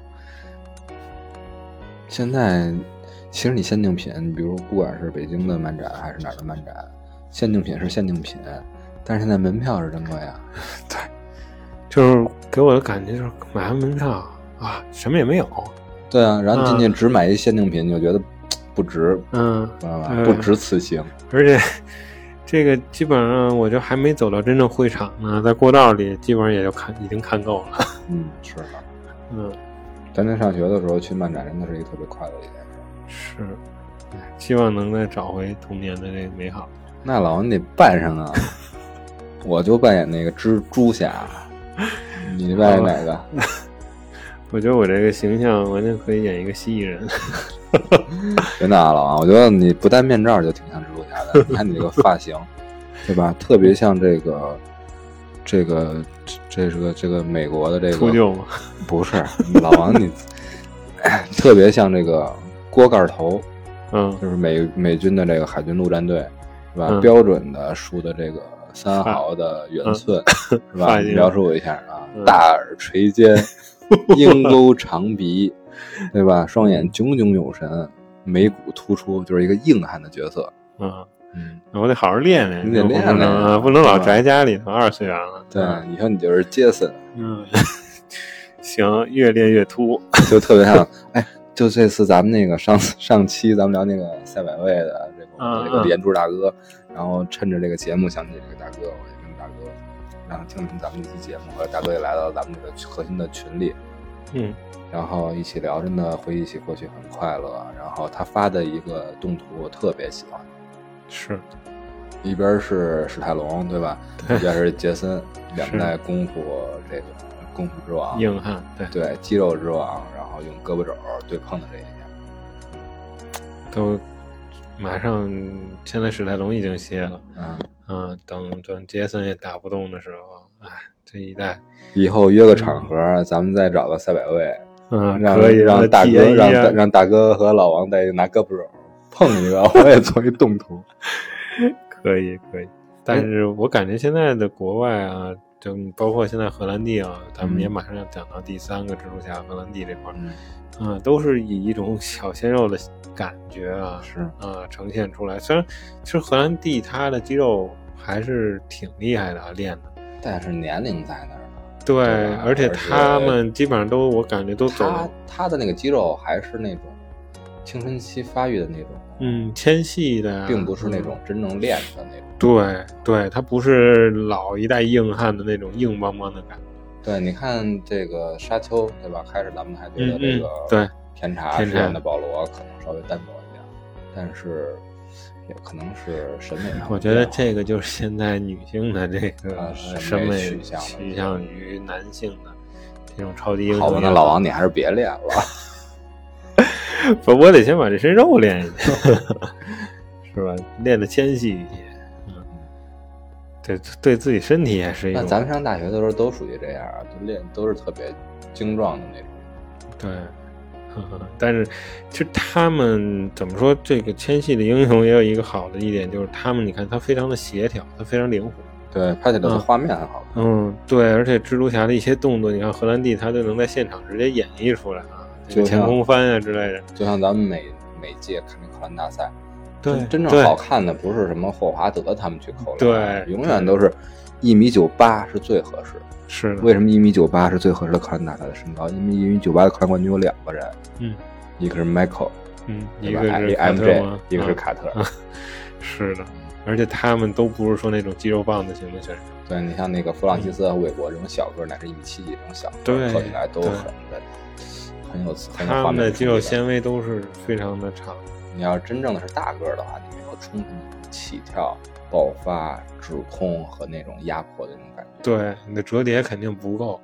Speaker 1: 现在其实你限定品，你比如不管是北京的漫展还是哪儿的漫展，限定品是限定品，但是现在门票是真贵啊。
Speaker 2: 对，就是给我的感觉就是买完门票啊，什么也没有。
Speaker 1: 对啊，然后进去只买一限定品，你就觉得不值，
Speaker 2: 嗯，
Speaker 1: 知道吧？不值此行。
Speaker 2: 而且这个基本上我就还没走到真正会场呢，在过道里基本上也就看已经看够了。
Speaker 1: 嗯，是的。
Speaker 2: 嗯，
Speaker 1: 咱在上学的时候去漫展，真的是一个特别快乐的一件
Speaker 2: 事。是，希望能再找回童年的这个美好。
Speaker 1: 那老王你得扮上啊！我就扮演那个蜘蛛侠，你扮演哪个？
Speaker 2: 我觉得我这个形象完全可以演一个蜥蜴人。
Speaker 1: 真的啊，老王，我觉得你不戴面罩就挺像蜘蛛侠的。你看你这个发型，对吧？特别像这个，这个，这是个这个美国的这个
Speaker 2: 秃鹫吗？
Speaker 1: 不是，老王你特别像这个锅盖头，
Speaker 2: 嗯，
Speaker 1: 就是美美军的这个海军陆战队，是吧？
Speaker 2: 嗯、
Speaker 1: 标准的梳的这个三毫的圆寸，嗯、是吧？描述一下啊，
Speaker 2: 嗯、
Speaker 1: 大耳垂肩。鹰钩长鼻，对吧？双眼炯炯有神，眉骨突出，就是一个硬汉的角色。
Speaker 2: 嗯嗯，我得好好练练，
Speaker 1: 你得练练
Speaker 2: 啊，不能老宅家里头二次元了。
Speaker 1: 对，以后你就是杰森。
Speaker 2: 嗯，行，越练越秃，
Speaker 1: 就特别像。哎，就这次咱们那个上上期咱们聊那个赛百味的这个、嗯、这个连珠大哥，然后趁着这个节目想起这个大哥，我也跟大哥。然后听听咱们这期节目，和大哥也来到咱们这个核心的群里，
Speaker 2: 嗯，
Speaker 1: 然后一起聊，真的回忆起过去很快乐。然后他发的一个动图我特别喜欢，
Speaker 2: 是
Speaker 1: 一边是史泰龙，对吧？
Speaker 2: 对，
Speaker 1: 一边是杰森，两代功夫这个功夫之王，
Speaker 2: 硬汉，对
Speaker 1: 对，肌肉之王，然后用胳膊肘对碰的这一下，
Speaker 2: 都马上现在史泰龙已经歇了，
Speaker 1: 嗯。
Speaker 2: 嗯，等等杰森也打不动的时候，哎，这一代
Speaker 1: 以后约个场合，嗯、咱们再找个赛百味，
Speaker 2: 嗯，
Speaker 1: 让
Speaker 2: 可以
Speaker 1: 让大哥让让大哥和老王再拿胳膊肘碰一个，我也做一动图。
Speaker 2: 可以可以，但是我感觉现在的国外啊，就包括现在荷兰弟啊，咱们也马上要讲到第三个蜘蛛侠荷兰弟这块，
Speaker 1: 嗯，
Speaker 2: 嗯，都是以一种小鲜肉的感觉啊，
Speaker 1: 是
Speaker 2: 啊呈现出来。虽然其实荷兰弟他的肌肉还是挺厉害的啊，练的，
Speaker 1: 但是年龄在那儿呢。
Speaker 2: 对，
Speaker 1: 对
Speaker 2: 而且他们基本上都，我感觉都走
Speaker 1: 他他的那个肌肉还是那种青春期发育的那种，
Speaker 2: 嗯，纤细的，
Speaker 1: 并不是那种真正练的那种。
Speaker 2: 对对，他不是老一代硬汉的那种硬邦邦的感觉。
Speaker 1: 对，你看这个沙丘，对吧？开始咱们还觉得这个、
Speaker 2: 嗯、对
Speaker 1: 甜茶饰演的保罗可能稍微单薄一点，但是也可能是审美上。
Speaker 2: 我觉得这个就是现在女性的这个审美
Speaker 1: 取向
Speaker 2: 趋向于男性的这种超级英雄。
Speaker 1: 好吧，那老王你还是别练了。
Speaker 2: 不，我得先把这身肉练一练，是吧？练得纤细一些。对，对自己身体也是一种。
Speaker 1: 那咱们上大学的时候都属于这样，就练都是特别精壮的那种。
Speaker 2: 对，呵呵，但是其实他们怎么说，这个纤细的英雄也有一个好的一点，就是他们你看他非常的协调，他非常灵活。
Speaker 1: 对，拍起来的画面很好看。
Speaker 2: 嗯，对，而且蜘蛛侠的一些动作，你看荷兰弟他都能在现场直接演绎出来啊，就前空翻啊之类的。
Speaker 1: 就像咱们每每届看那扣篮大赛。
Speaker 2: 对，
Speaker 1: 真正好看的不是什么霍华德他们去扣篮，
Speaker 2: 对，
Speaker 1: 永远都是一米九八是最合适。
Speaker 2: 是的。
Speaker 1: 为什么一米九八是最合适的扣篮大赛的身高？因为一米九八的扣篮冠军有两个人，
Speaker 2: 嗯，
Speaker 1: 一个是 Michael，
Speaker 2: 嗯，一个是
Speaker 1: M J， 一个是卡特。
Speaker 2: 啊、是的，而且他们都不是说那种肌肉棒子型的选手。
Speaker 1: 对，你像那个弗朗西斯和韦伯这种小个，乃至一米七几这种小个，扣起来都很很有很有
Speaker 2: 他们的肌肉纤维都是非常的长。
Speaker 1: 你要真正的是大个的话，你没有充分的起跳、爆发、指控和那种压迫的那种感觉。
Speaker 2: 对，你的折叠肯定不够。
Speaker 1: 对，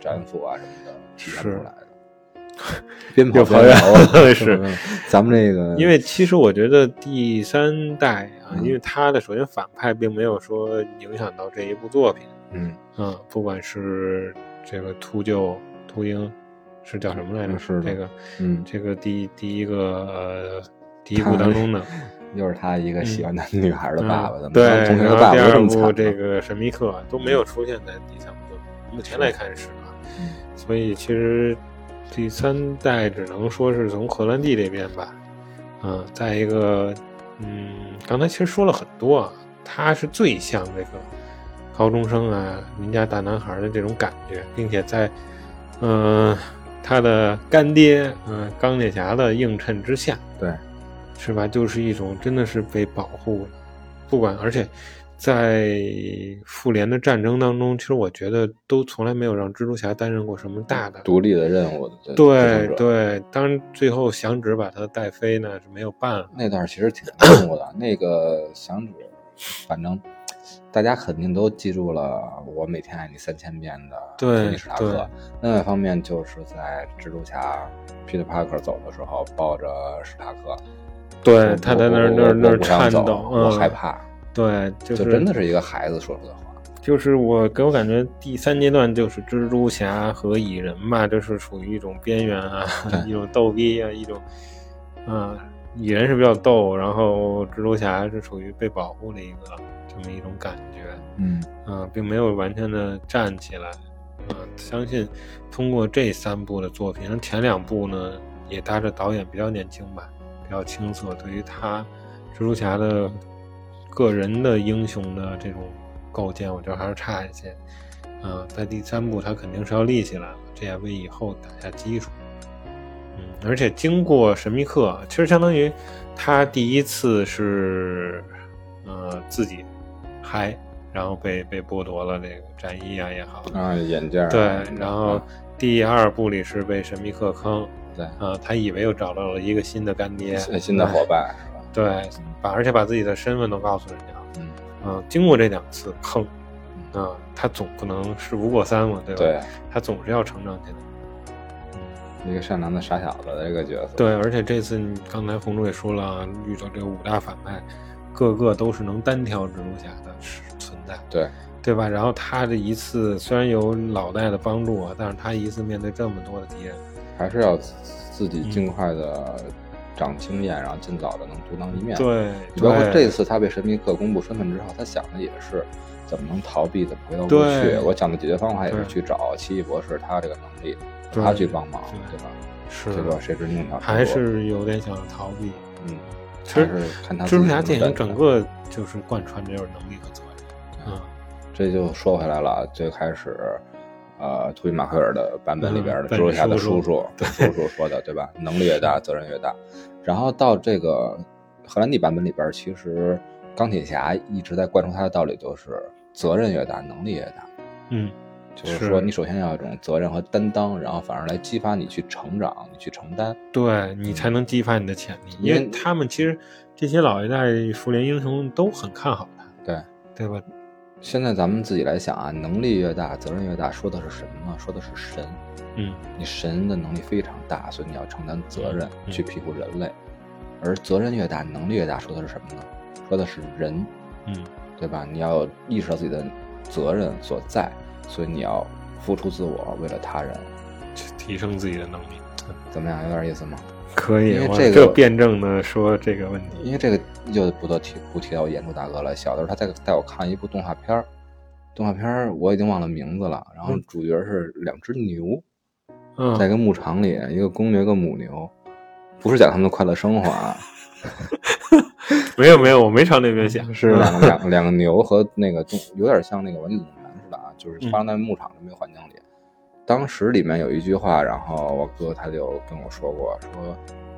Speaker 1: 战斧啊什么的体现出来的。
Speaker 2: 边
Speaker 1: 跑
Speaker 2: 边聊是
Speaker 1: 咱们这个，
Speaker 2: 因为其实我觉得第三代啊，嗯、因为他的首先反派并没有说影响到这一部作品，
Speaker 1: 嗯
Speaker 2: 啊，不管是这个秃鹫秃鹰是叫什么来着？
Speaker 1: 是
Speaker 2: 这个，
Speaker 1: 嗯，
Speaker 2: 这个第第一个呃第一部当中的，
Speaker 1: 又是他一个喜欢的女孩的爸爸，
Speaker 2: 嗯、对，
Speaker 1: 同学的爸爸
Speaker 2: 第二部
Speaker 1: 部
Speaker 2: 这个神秘客都没有出现在第三部作品，目前来看是啊，
Speaker 1: 嗯、
Speaker 2: 所以其实。第三代只能说是从荷兰弟这边吧，嗯、呃，再一个，嗯，刚才其实说了很多啊，他是最像这个高中生啊、邻家大男孩的这种感觉，并且在，嗯、呃，他的干爹，嗯、呃，钢铁侠的映衬之下，
Speaker 1: 对，
Speaker 2: 是吧？就是一种真的是被保护，不管而且。在复联的战争当中，其实我觉得都从来没有让蜘蛛侠担任过什么大的
Speaker 1: 独立的任务的。
Speaker 2: 对对，当然最后响指把他带飞呢是没有办法。
Speaker 1: 那段其实挺任务的，那个响指，反正大家肯定都记住了“我每天爱你三千遍”的托尼·史塔克。另外一方面就是在蜘蛛侠 Peter Parker 走的时候，抱着史塔克，
Speaker 2: 对，他在那儿那儿那儿颤抖，
Speaker 1: 我害怕。
Speaker 2: 对，就是、
Speaker 1: 就真的是一个孩子说出的话。
Speaker 2: 就是我给我感觉第三阶段就是蜘蛛侠和蚁人吧，就是属于一种边缘啊，一种逗逼啊，一种啊，蚁人是比较逗，然后蜘蛛侠是属于被保护的一个这么一种感觉，
Speaker 1: 嗯
Speaker 2: 啊，并没有完全的站起来。啊，相信通过这三部的作品，前两部呢也搭着导演比较年轻吧，比较青涩，对于他蜘蛛侠的。个人的英雄的这种构建，我觉得还是差一些，啊、呃，在第三部他肯定是要立起来了，这也为以后打下基础。嗯，而且经过神秘客，其实相当于他第一次是呃自己嗨，然后被被剥夺了这个战衣啊也好
Speaker 1: 啊眼镜、啊、
Speaker 2: 对，然后第二部里是被神秘客坑，
Speaker 1: 对
Speaker 2: 啊、呃，他以为又找到了一个新的干爹，
Speaker 1: 新的伙伴。
Speaker 2: 对，把而且把自己的身份都告诉人家，
Speaker 1: 嗯，
Speaker 2: 呃、经过这两次坑，啊、呃，他总不能事不过三嘛，对吧？
Speaker 1: 对，
Speaker 2: 他总是要成长起来。
Speaker 1: 嗯，一个善良的傻小子的这个角色。
Speaker 2: 对，而且这次刚才红珠也说了，遇到这个五大反派，个个都是能单挑蜘蛛侠的存在，
Speaker 1: 对，
Speaker 2: 对吧？然后他这一次虽然有老戴的帮助啊，但是他一次面对这么多的敌人，
Speaker 1: 还是要自己尽快的。嗯长经验，然后尽早的能独当一面。
Speaker 2: 对，
Speaker 1: 包括这次他被神秘客公布身份之后，他想的也是怎么能逃避，怎么回到过去。我想的解决方法也是去找奇异博士，他这个能力，他去帮忙，对吧？
Speaker 2: 是，
Speaker 1: 结果谁知弄巧成拙，
Speaker 2: 还是有点想逃避。
Speaker 1: 嗯，
Speaker 2: 其实
Speaker 1: 看他
Speaker 2: 蜘蛛侠电影整个就是贯穿这种能力和责任。
Speaker 1: 嗯，这就说回来了，最开始。呃，图比马克尔的版本里边的蜘蛛侠的叔叔，对叔叔说的，对吧？能力越大，责任越大。然后到这个荷兰弟版本里边，其实钢铁侠一直在灌输他的道理，就是责任越大，能力越大。
Speaker 2: 嗯，
Speaker 1: 就是说你首先要有一种责任和担当，然后反而来激发你去成长，你去承担，
Speaker 2: 对你才能激发你的潜力。因为他们其实这些老一代复联英雄都很看好他，
Speaker 1: 对
Speaker 2: 对吧？
Speaker 1: 现在咱们自己来想啊，能力越大，责任越大，说的是什么呢？说的是神。
Speaker 2: 嗯，
Speaker 1: 你神的能力非常大，所以你要承担责任，
Speaker 2: 嗯、
Speaker 1: 去庇护人类。而责任越大，能力越大，说的是什么呢？说的是人。
Speaker 2: 嗯，
Speaker 1: 对吧？你要意识到自己的责任所在，所以你要付出自我，为了他人，
Speaker 2: 提升自己的能力。
Speaker 1: 怎么样？有点意思吗？
Speaker 2: 可以，
Speaker 1: 因为这个
Speaker 2: 辩证的说这个问题，
Speaker 1: 因为这个就不得提不提到我演出大哥了。小的时候他在带我看一部动画片，动画片我已经忘了名字了。然后主角是两只牛，
Speaker 2: 嗯、
Speaker 1: 在一个牧场里，一个公牛，一个母牛，不是讲他们的快乐生活啊。
Speaker 2: 没有没有，我没朝那边想，
Speaker 1: 是两个两两个牛和那个动，有点像那个玩具总动员似的啊，就是发生在牧场这么一个环境里。嗯、当时里面有一句话，然后我哥他就跟我说过，说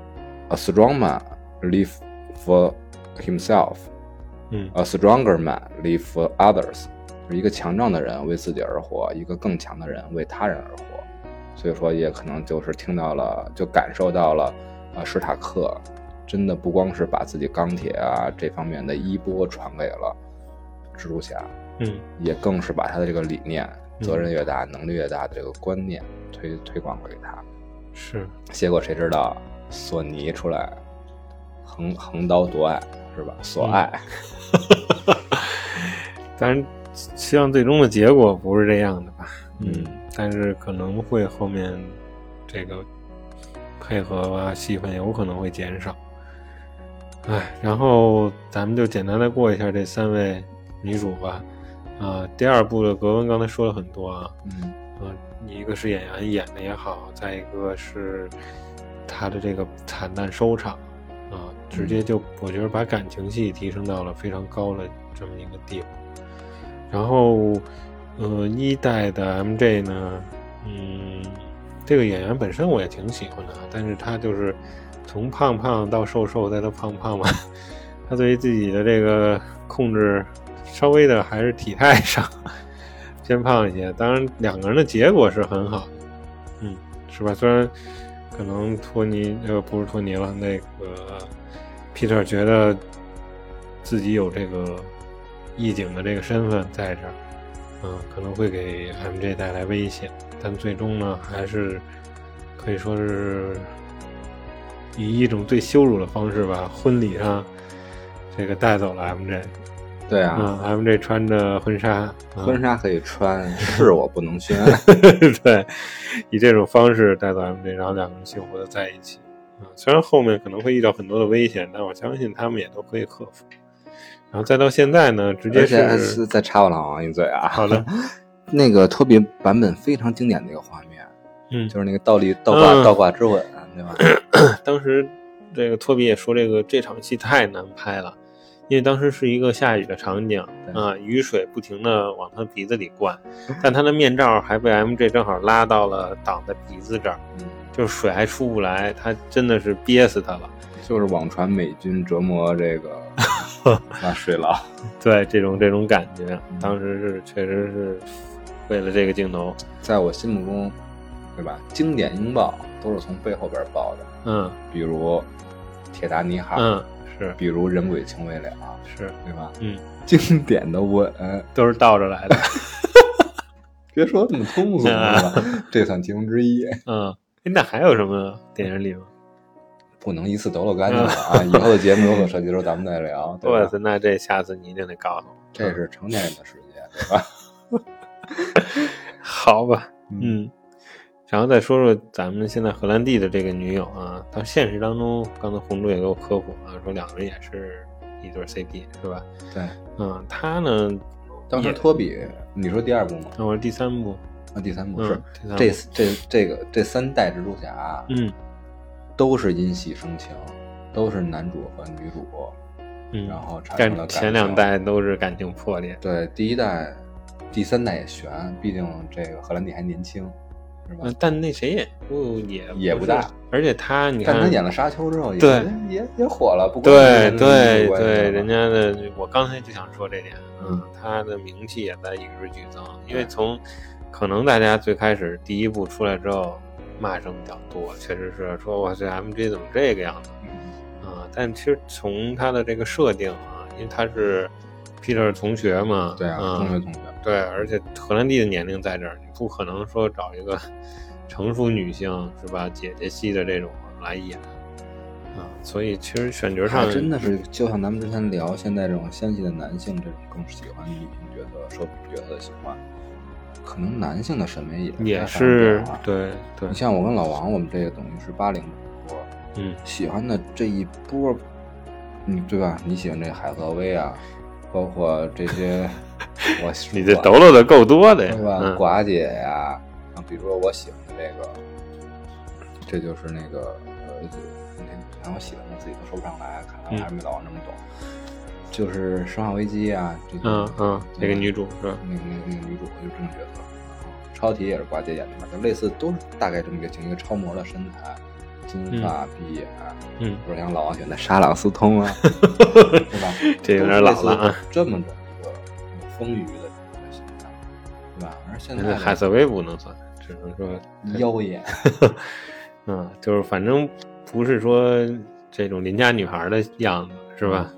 Speaker 1: A strong man live for himself，
Speaker 2: 嗯
Speaker 1: ，A stronger man live for others， 就是一个强壮的人为自己而活，一个更强的人为他人而活。所以说，也可能就是听到了，就感受到了，呃，史塔克。真的不光是把自己钢铁啊这方面的衣钵传给了蜘蛛侠，
Speaker 2: 嗯，
Speaker 1: 也更是把他的这个理念责任越大，嗯、能力越大的这个观念推推广给他。
Speaker 2: 是，
Speaker 1: 结果谁知道索尼出来横横刀夺爱，是吧？索爱。
Speaker 2: 嗯、当然，希望最终的结果不是这样的吧。嗯，但是可能会后面这个配合啊戏份有可能会减少。哎，然后咱们就简单的过一下这三位女主吧。啊，第二部的格温刚才说了很多啊，
Speaker 1: 嗯，
Speaker 2: 啊，一个是演员演的也好，再一个是他的这个惨淡收场，啊，直接就我觉得把感情戏提升到了非常高的这么一个地步。然后，呃，一代的 M J 呢，嗯，这个演员本身我也挺喜欢的，但是他就是从胖胖到瘦瘦再到胖胖嘛，他对于自己的这个控制稍微的还是体态上偏胖一些。当然两个人的结果是很好的，嗯，是吧？虽然可能托尼呃不是托尼了，那个 Peter 觉得自己有这个义警的这个身份在这儿，嗯，可能会给 M J 带来危险，但最终呢还是可以说是以一种最羞辱的方式吧，婚礼上这个带走了 M J。
Speaker 1: 对啊，
Speaker 2: 嗯 M J 穿着婚纱，
Speaker 1: 婚纱可以穿，是我不能穿。
Speaker 2: 对，以这种方式带走 M J， 然后两个人幸福的在一起。嗯，虽然后面可能会遇到很多的危险，但我相信他们也都可以克服。然后再到现在呢，直接是
Speaker 1: 是再插我老王一嘴啊。
Speaker 2: 好的。
Speaker 1: 那个托比版本非常经典的一个画面，
Speaker 2: 嗯，
Speaker 1: 就是那个倒立倒挂、嗯、倒挂之吻，对吧？
Speaker 2: 当时这个托比也说，这个这场戏太难拍了，因为当时是一个下雨的场景啊，雨水不停的往他鼻子里灌，但他的面罩还被 M J 正好拉到了挡在鼻子这儿，
Speaker 1: 嗯，
Speaker 2: 就是水还出不来，他真的是憋死他了。
Speaker 1: 就是网传美军折磨这个啊水牢，
Speaker 2: 对，这种这种感觉，当时是确实是为了这个镜头，
Speaker 1: 在我心目中，对吧？经典拥抱都是从背后边抱的，
Speaker 2: 嗯，
Speaker 1: 比如铁达尼号，
Speaker 2: 嗯，是，
Speaker 1: 比如人鬼情未了，
Speaker 2: 是，
Speaker 1: 对吧？
Speaker 2: 嗯，
Speaker 1: 经典的吻
Speaker 2: 都是倒着来的，
Speaker 1: 别说这么通俗了，这算其中之一。
Speaker 2: 嗯，那还有什么电影里吗？
Speaker 1: 不能一次抖搂干净了啊！以后的节目有所涉及的时候咱们再聊。对吧？
Speaker 2: 那这下次你一定得告诉我，
Speaker 1: 这是成年人的世界，对吧？
Speaker 2: 好吧，嗯。然后再说说咱们现在荷兰弟的这个女友啊，到现实当中，刚才红珠也给我科普了，说两个人也是一对 C P， 是吧？
Speaker 1: 对，
Speaker 2: 嗯，他呢，
Speaker 1: 当时托比，你说第二部吗？
Speaker 2: 那我是第三部
Speaker 1: 啊，第三部是、
Speaker 2: 嗯、
Speaker 1: 这这这个这三代蜘蛛侠，
Speaker 2: 嗯。
Speaker 1: 都是因戏生情，都是男主和女主，
Speaker 2: 嗯，
Speaker 1: 然后产生了感情。
Speaker 2: 前两代都是感情破裂。
Speaker 1: 对，第一代、第三代也悬，毕竟这个荷兰弟还年轻，是吧？
Speaker 2: 嗯、但那谁也不也
Speaker 1: 也不大，
Speaker 2: 而且他你看，
Speaker 1: 但他演了沙丘之后也，
Speaker 2: 对，
Speaker 1: 也也火了。不
Speaker 2: 对对对，人家的我刚才就想说这点，嗯，他的名气也在与日俱增，因为从可能大家最开始第一部出来之后。骂声比较多，确实是说哇这 M J 怎么这个样子啊？但其实从他的这个设定啊，因为他是 Peter 同学嘛，
Speaker 1: 对啊，
Speaker 2: 嗯、
Speaker 1: 同学同学，
Speaker 2: 对，而且荷兰弟的年龄在这儿，你不可能说找一个成熟女性是吧，姐姐系的这种来演啊，所以其实选角上
Speaker 1: 真的是就像咱们之前聊，现在这种纤细的男性这种更喜欢女性角色、受角色的喜欢。可能男性的审美也
Speaker 2: 也是对对，
Speaker 1: 你像我跟老王，我们这个等于是八零波，
Speaker 2: 嗯，
Speaker 1: 喜欢的这一波，嗯，对吧？你喜欢这海瑟薇啊，包括这些，我
Speaker 2: 你这抖搂的够多的，
Speaker 1: 对吧？
Speaker 2: 嗯、
Speaker 1: 寡姐呀，啊，比如说我喜欢的这个，这就是那个呃，你看我喜欢的自己都说不上来，看来我还没老王这么懂。嗯就是《生化危机》啊，这个
Speaker 2: 嗯嗯，这个女主是吧？
Speaker 1: 那个那个那个女主就是这种角色，然后超体也是寡姐演的嘛，就类似都是大概这么一个形一个超模的身材，金发碧眼，
Speaker 2: 嗯，
Speaker 1: 不是像老王选的沙朗斯通啊，对吧？
Speaker 2: 这有点老了啊，
Speaker 1: 这么的一个丰腴的这个形象，对吧？而现在
Speaker 2: 海瑟薇不能算，只能说
Speaker 1: 妖艳，
Speaker 2: 嗯，就是反正不是说这种邻家女孩的样子，是吧？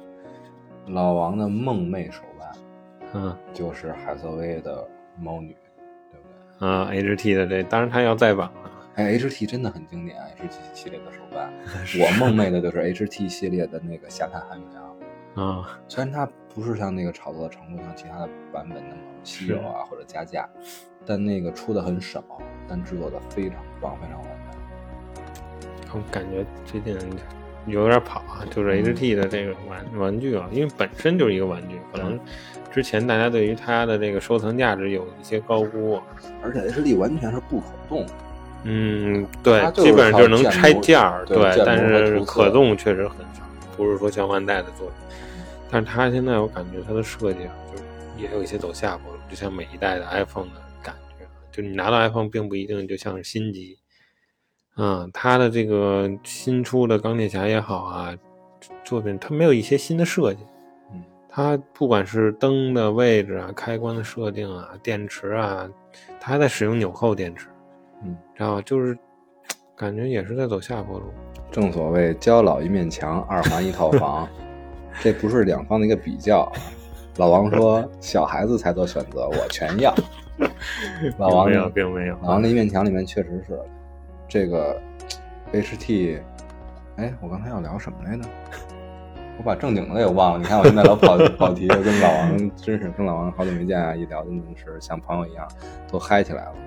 Speaker 1: 老王的梦寐手腕，
Speaker 2: 嗯，
Speaker 1: 就是海瑟薇的猫女，对
Speaker 2: 啊 ，H T 的这，当然它要再版了。
Speaker 1: 哎 ，H T 真的很经典 ，H T 系列的手办，我梦寐的就是 H T 系列的那个侠探韩宇良
Speaker 2: 啊，
Speaker 1: 虽然它不是像那个炒作的程度像其他的版本那么稀有啊或者加价，但那个出的很少，但制作的非常棒，非常完美。
Speaker 2: 我感觉最近有点跑啊，就是 H T 的这个玩、嗯、玩具啊，因为本身就是一个玩具，可能之前大家对于它的这个收藏价值有一些高估，
Speaker 1: 而且 H T 完全是不可动。
Speaker 2: 嗯，对，基本上就是能拆件儿，
Speaker 1: 对，
Speaker 2: 对，但是可动确实很少，不是说像万代的作品。但是它现在我感觉它的设计啊，就也有一些走下坡了，就像每一代的 iPhone 的感觉，就你拿到 iPhone 并不一定就像是新机。嗯，它的这个新出的钢铁侠也好啊，作品它没有一些新的设计。
Speaker 1: 嗯，
Speaker 2: 它不管是灯的位置啊、开关的设定啊、电池啊，它还在使用纽扣电池。
Speaker 1: 嗯，
Speaker 2: 然后就是感觉也是在走下坡路。
Speaker 1: 正所谓交老一面墙，二环一套房，这不是两方的一个比较。老王说小孩子才做选择，我全要。老王
Speaker 2: 没有，并没有。
Speaker 1: 老王的一面墙里面确实是这个 H T。哎，我刚才要聊什么来着？我把正经的也忘了。你看我现在老跑跑题，跟老王真是跟老王好久没见啊，一聊真的是像朋友一样，都嗨起来了。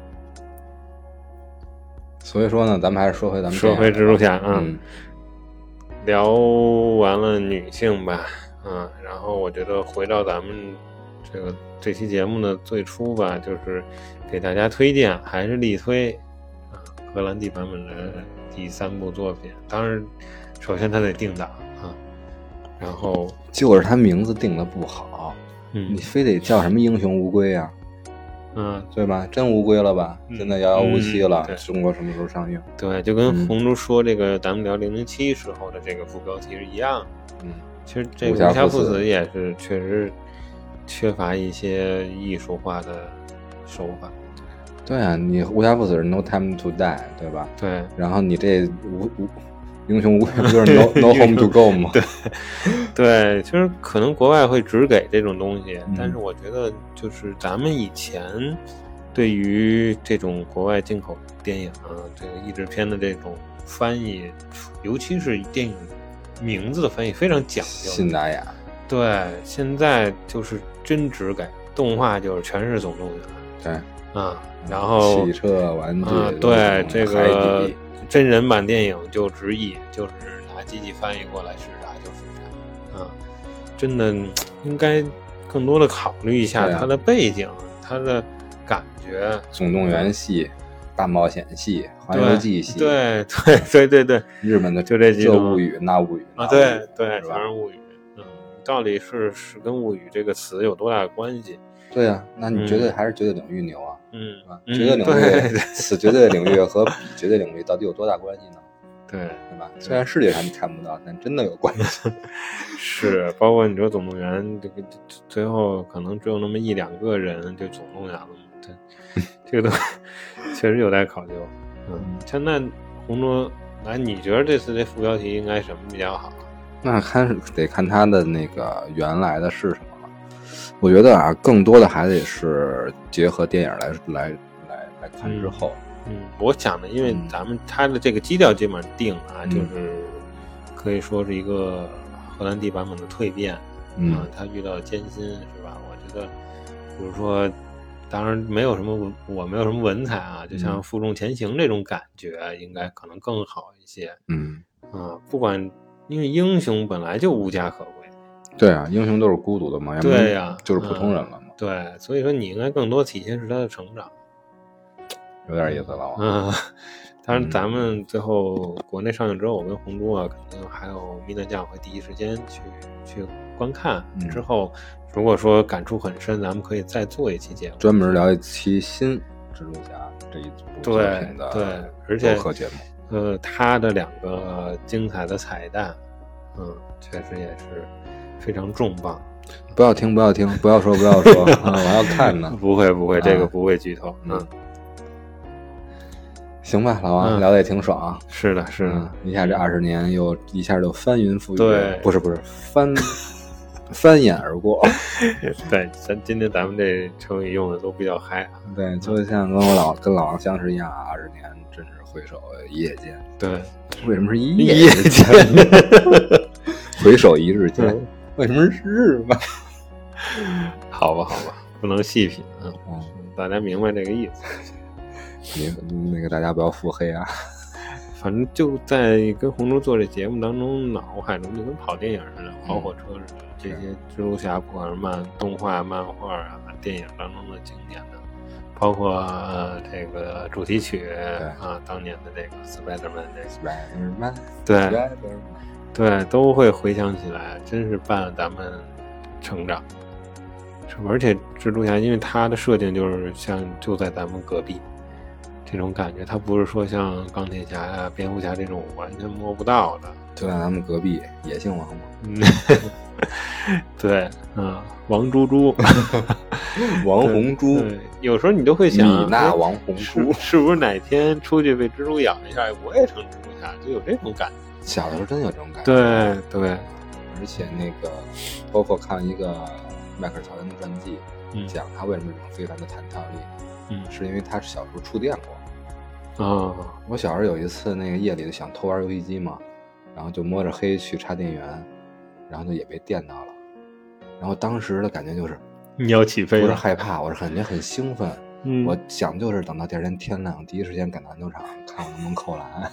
Speaker 1: 所以说呢，咱们还是说回咱们
Speaker 2: 说回蜘蛛侠啊、
Speaker 1: 嗯，
Speaker 2: 聊完了女性吧，啊，然后我觉得回到咱们这个这期节目的最初吧，就是给大家推荐，还是力推啊，荷兰弟版本的第三部作品。当然，首先它得定档啊，然后
Speaker 1: 就是它名字定的不好，
Speaker 2: 嗯，
Speaker 1: 你非得叫什么英雄无归啊？
Speaker 2: 嗯，
Speaker 1: 对吧？真无归了吧？
Speaker 2: 嗯、
Speaker 1: 现在遥遥无期了、
Speaker 2: 嗯，
Speaker 1: 中国什么时候上映？
Speaker 2: 对，就跟红猪说这个、嗯、咱们聊零零七时候的这个副标题是一样的。
Speaker 1: 嗯，
Speaker 2: 其实这个武侠父子也是确实缺乏一些艺术化的手法。
Speaker 1: 对啊，你武侠父子是 No Time to Die， 对吧？
Speaker 2: 对。
Speaker 1: 然后你这无无英雄无归不就是 No No Home to Go 吗？
Speaker 2: 对，对，其实可能国外会只给这种东西、嗯，但是我觉得就是咱们以前对于这种国外进口电影啊，这个译制片的这种翻译，尤其是电影名字的翻译非常讲究，
Speaker 1: 信达雅。
Speaker 2: 对，现在就是真只给动画，就是全是总动员。
Speaker 1: 对
Speaker 2: 啊，然后
Speaker 1: 汽车玩具、
Speaker 2: 啊，对这个。真人版电影就直译，就是拿机器翻译过来是啥就是啥，啊，真的应该更多的考虑一下它的背景、啊、它的感觉。
Speaker 1: 总动员系、大冒险系、环游记系，
Speaker 2: 对对对对对，
Speaker 1: 日本的
Speaker 2: 就这几种，
Speaker 1: 这物语那物语
Speaker 2: 啊，对对，全是物语。嗯，到底是是跟物语这个词有多大的关系？
Speaker 1: 对啊，那你绝对还是绝对领域牛啊，
Speaker 2: 嗯，
Speaker 1: 啊，绝对领域，此绝对领域和彼绝对领域到底有多大关系呢？
Speaker 2: 对，
Speaker 1: 对吧？虽然世界上你看不到，但真的有关系。
Speaker 2: 是，包括你说总动员这个最后可能只有那么一两个人就总动员了嘛？对，这个都确实有待考究。嗯，现在红桌，来，你觉得这次这副标题应该什么比较好？
Speaker 1: 那看得看他的那个原来的是什么。我觉得啊，更多的还得是结合电影来来来来看之后。
Speaker 2: 嗯，嗯我想呢，因为咱们它的这个基调基本上定啊、嗯，就是可以说是一个荷兰弟版本的蜕变。
Speaker 1: 嗯，
Speaker 2: 啊、他遇到艰辛是吧？我觉得，比如说，当然没有什么，我没有什么文采啊，就像负重前行这种感觉，应该可能更好一些。
Speaker 1: 嗯，
Speaker 2: 啊，不管因为英雄本来就无家可归。
Speaker 1: 对啊，英雄都是孤独的嘛，
Speaker 2: 对呀、啊，
Speaker 1: 就是普通人了嘛、
Speaker 2: 嗯。对，所以说你应该更多体现是他的成长，
Speaker 1: 有点意思了。
Speaker 2: 嗯，当然咱们最后国内上映之后，我跟红猪啊，肯定还有蜜蛋酱会第一时间去去观看。
Speaker 1: 嗯、
Speaker 2: 之后如果说感触很深，咱们可以再做一期节目，
Speaker 1: 专门聊一期新蜘蛛侠这一部作品的
Speaker 2: 对对，而且
Speaker 1: 和节目。
Speaker 2: 呃，他的两个精彩的彩蛋，嗯，确实也是。非常重磅，
Speaker 1: 不要听，不要听，不要说，不要说，啊、我要看呢。
Speaker 2: 不会，不会，这个不会剧透。
Speaker 1: 嗯，行吧，老王、嗯、聊得也挺爽、啊。
Speaker 2: 是的，是的，
Speaker 1: 嗯、一下这二十年又一下就翻云覆雨。
Speaker 2: 对，
Speaker 1: 不是不是翻翻眼而过。
Speaker 2: 对，咱今天咱们这成语用的都比较嗨啊。
Speaker 1: 对，就像跟我老跟老王相识一样，二十年真是回首一夜间。
Speaker 2: 对，
Speaker 1: 为什么是一夜间？回首一日间，为什么是日吧？
Speaker 2: 好吧，好吧，不能细品啊。嗯，大家明白这个意思。
Speaker 1: 你那个大家不要腹黑啊。
Speaker 2: 反正就在跟红猪做这节目当中，脑海中就跟跑电影似的，跑火车似的，这些蜘蛛侠不管是漫动画、漫画啊、电影当中的经典的，包括、呃、这个主题曲啊，当年的这个 Spider-Man 这个
Speaker 1: Spider-Man，
Speaker 2: 对
Speaker 1: Spider-Man，
Speaker 2: 对，都会回想起来，真是伴咱们成长。是吧？而且蜘蛛侠，因为它的设定就是像就在咱们隔壁。这种感觉，它不是说像钢铁侠呀、蝙蝠侠这种完全摸不到的，
Speaker 1: 就在咱们隔壁，也姓王嘛。
Speaker 2: 嗯，对，嗯，王猪猪，
Speaker 1: 王红猪，
Speaker 2: 对，有时候你都会想，
Speaker 1: 米娜王红猪，
Speaker 2: 是不是哪天出去被蜘蛛咬一下，我也成蜘蛛侠，就有这种感觉。
Speaker 1: 小的时候真有这种感觉。
Speaker 2: 对对，
Speaker 1: 而且那个，包括看一个迈克尔乔丹的传记，
Speaker 2: 嗯、
Speaker 1: 讲他为什么这种非凡的弹跳力，
Speaker 2: 嗯，
Speaker 1: 是因为他小时候触电过。
Speaker 2: 啊、哦，
Speaker 1: 我小时候有一次那个夜里想偷玩游戏机嘛，然后就摸着黑去插电源，然后就也被电到了，然后当时的感觉就是
Speaker 2: 你要起飞了，
Speaker 1: 不是害怕，我是感觉很兴奋。
Speaker 2: 嗯，
Speaker 1: 我想就是等到第二天天亮，第一时间赶到篮球场，看我能不能扣篮。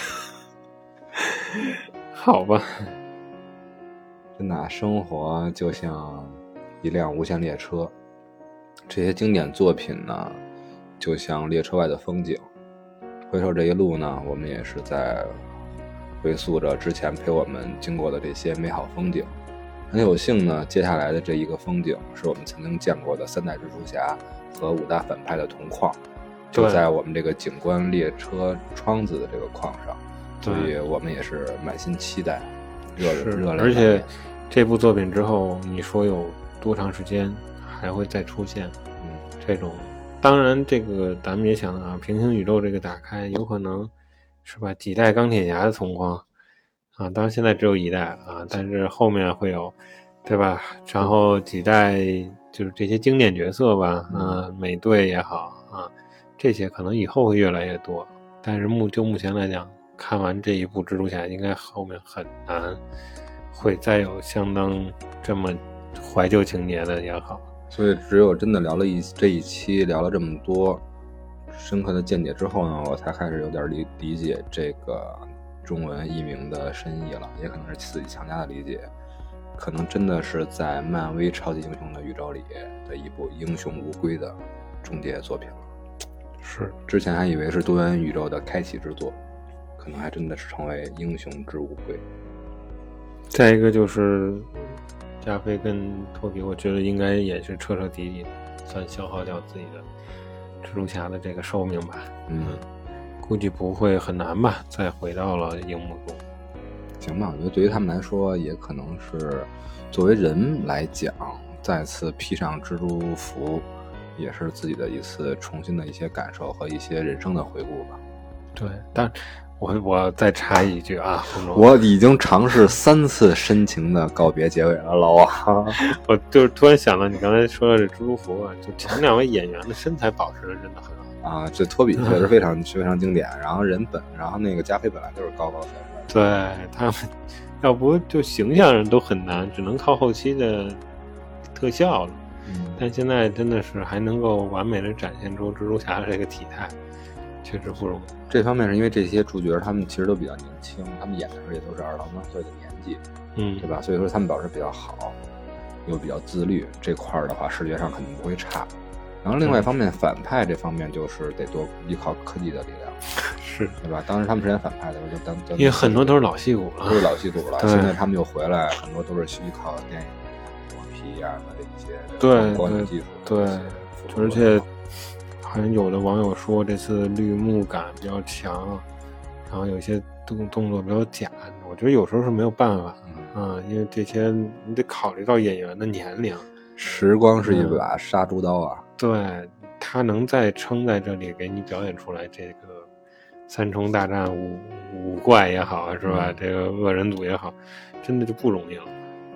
Speaker 2: 好吧，
Speaker 1: 真的，生活就像一辆无限列车，这些经典作品呢，就像列车外的风景。回首这一路呢，我们也是在回溯着之前陪我们经过的这些美好风景。很有幸呢，接下来的这一个风景是我们曾经见过的三代蜘蛛侠和五大反派的同框，就在我们这个景观列车窗子的这个框上，所以我们也是满心期待，热热泪。
Speaker 2: 而且这部作品之后，你说有多长时间还会再出现？嗯，这种。当然，这个咱们也想啊，平行宇宙这个打开，有可能是吧？几代钢铁侠的同框啊，当然现在只有一代啊，但是后面会有，对吧？然后几代就是这些经典角色吧，啊，美队也好啊，这些可能以后会越来越多。但是目就目前来讲，看完这一部蜘蛛侠，应该后面很难会再有相当这么怀旧情节的也好。
Speaker 1: 所以只有真的聊了一这一期聊了这么多深刻的见解之后呢，我才开始有点理理解这个中文译名的深意了，也可能是自己强加的理解，可能真的是在漫威超级英雄的宇宙里的一部英雄无归的终结作品了。
Speaker 2: 是，
Speaker 1: 之前还以为是多元宇宙的开启之作，可能还真的是成为英雄之无归。
Speaker 2: 再一个就是加菲跟托比，我觉得应该也是彻彻底底算消耗掉自己的蜘蛛侠的这个寿命吧。
Speaker 1: 嗯，
Speaker 2: 估计不会很难吧，再回到了荧幕中。
Speaker 1: 行吧，我觉得对于他们来说，也可能是作为人来讲，再次披上蜘蛛服，也是自己的一次重新的一些感受和一些人生的回顾吧。
Speaker 2: 对，但我我再插一句啊，
Speaker 1: 我已经尝试三次深情的告别结尾了，老王。
Speaker 2: 我就是突然想到你刚才说的这蜘蛛服啊，就前两位演员的身材保持的真的很好
Speaker 1: 啊。这托比确实非常非常经典，然后人本，然后那个加菲本来就是高高帅帅，
Speaker 2: 对他们，要不就形象上都很难，只能靠后期的特效了。嗯，但现在真的是还能够完美的展现出蜘蛛侠的这个体态。确实不容易。
Speaker 1: 这方面是因为这些主角他们其实都比较年轻，他们演的时候也都是二郎当岁的年纪，
Speaker 2: 嗯，
Speaker 1: 对吧？所以说他们保持比较好，又比较自律，这块的话视觉上肯定不会差。然后另外一方面，反派这方面就是得多依靠科技的力量，
Speaker 2: 是，
Speaker 1: 对吧？当时他们之前反派的时候就当，
Speaker 2: 因为很多都是老戏骨了，
Speaker 1: 都是老戏骨了。现在他们又回来，很多都是依靠电影磨皮呀的这些
Speaker 2: 对
Speaker 1: 光影技术，
Speaker 2: 对，而且。好像有的网友说这次绿幕感比较强，然后有些动动作比较假，我觉得有时候是没有办法，嗯，啊，因为这些你得考虑到演员的年龄。
Speaker 1: 时光是一把杀猪刀啊！
Speaker 2: 嗯、对，他能再撑在这里给你表演出来这个三重大战五五怪也好，是吧？嗯、这个恶人组也好，真的就不容易了。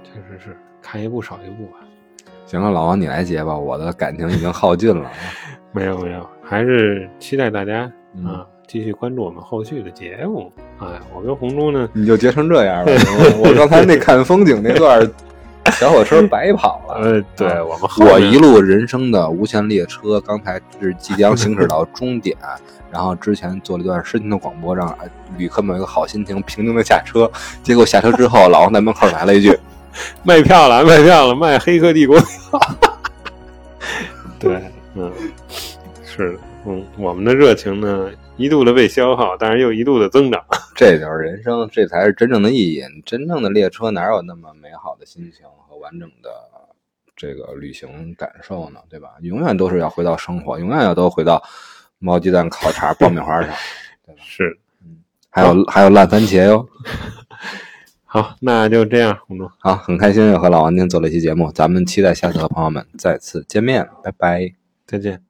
Speaker 2: 确实是看一部少一部吧。
Speaker 1: 行了，老王你来接吧，我的感情已经耗尽了。
Speaker 2: 没有没有，还是期待大家、
Speaker 1: 嗯、
Speaker 2: 啊继续关注我们后续的节目。哎，我跟红猪呢，
Speaker 1: 你就结成这样了。我刚才那看风景那段小火车白跑了。
Speaker 2: 呃，对、啊、我们后
Speaker 1: 我一路人生的无限列车，刚才是即将行驶到终点，然后之前做了一段深情的广播，让旅客们有一个好心情，平静的下车。结果下车之后，老王在门口来了一句：“
Speaker 2: 卖票了，卖票了，卖《黑客帝国》票。”对，嗯，是的，嗯，我们的热情呢，一度的被消耗，但是又一度的增长。
Speaker 1: 这就是人生，这才是真正的意义。真正的列车哪有那么美好的心情和完整的这个旅行感受呢？对吧？永远都是要回到生活，永远要都回到毛鸡蛋、烤肠、爆米花上，对吧？
Speaker 2: 是，
Speaker 1: 嗯，还有还有烂番茄哟。
Speaker 2: 好，那就这样，红猪。
Speaker 1: 好，很开心又和老王您做了一期节目，咱们期待下次和朋友们再次见面，拜拜，
Speaker 2: 再见。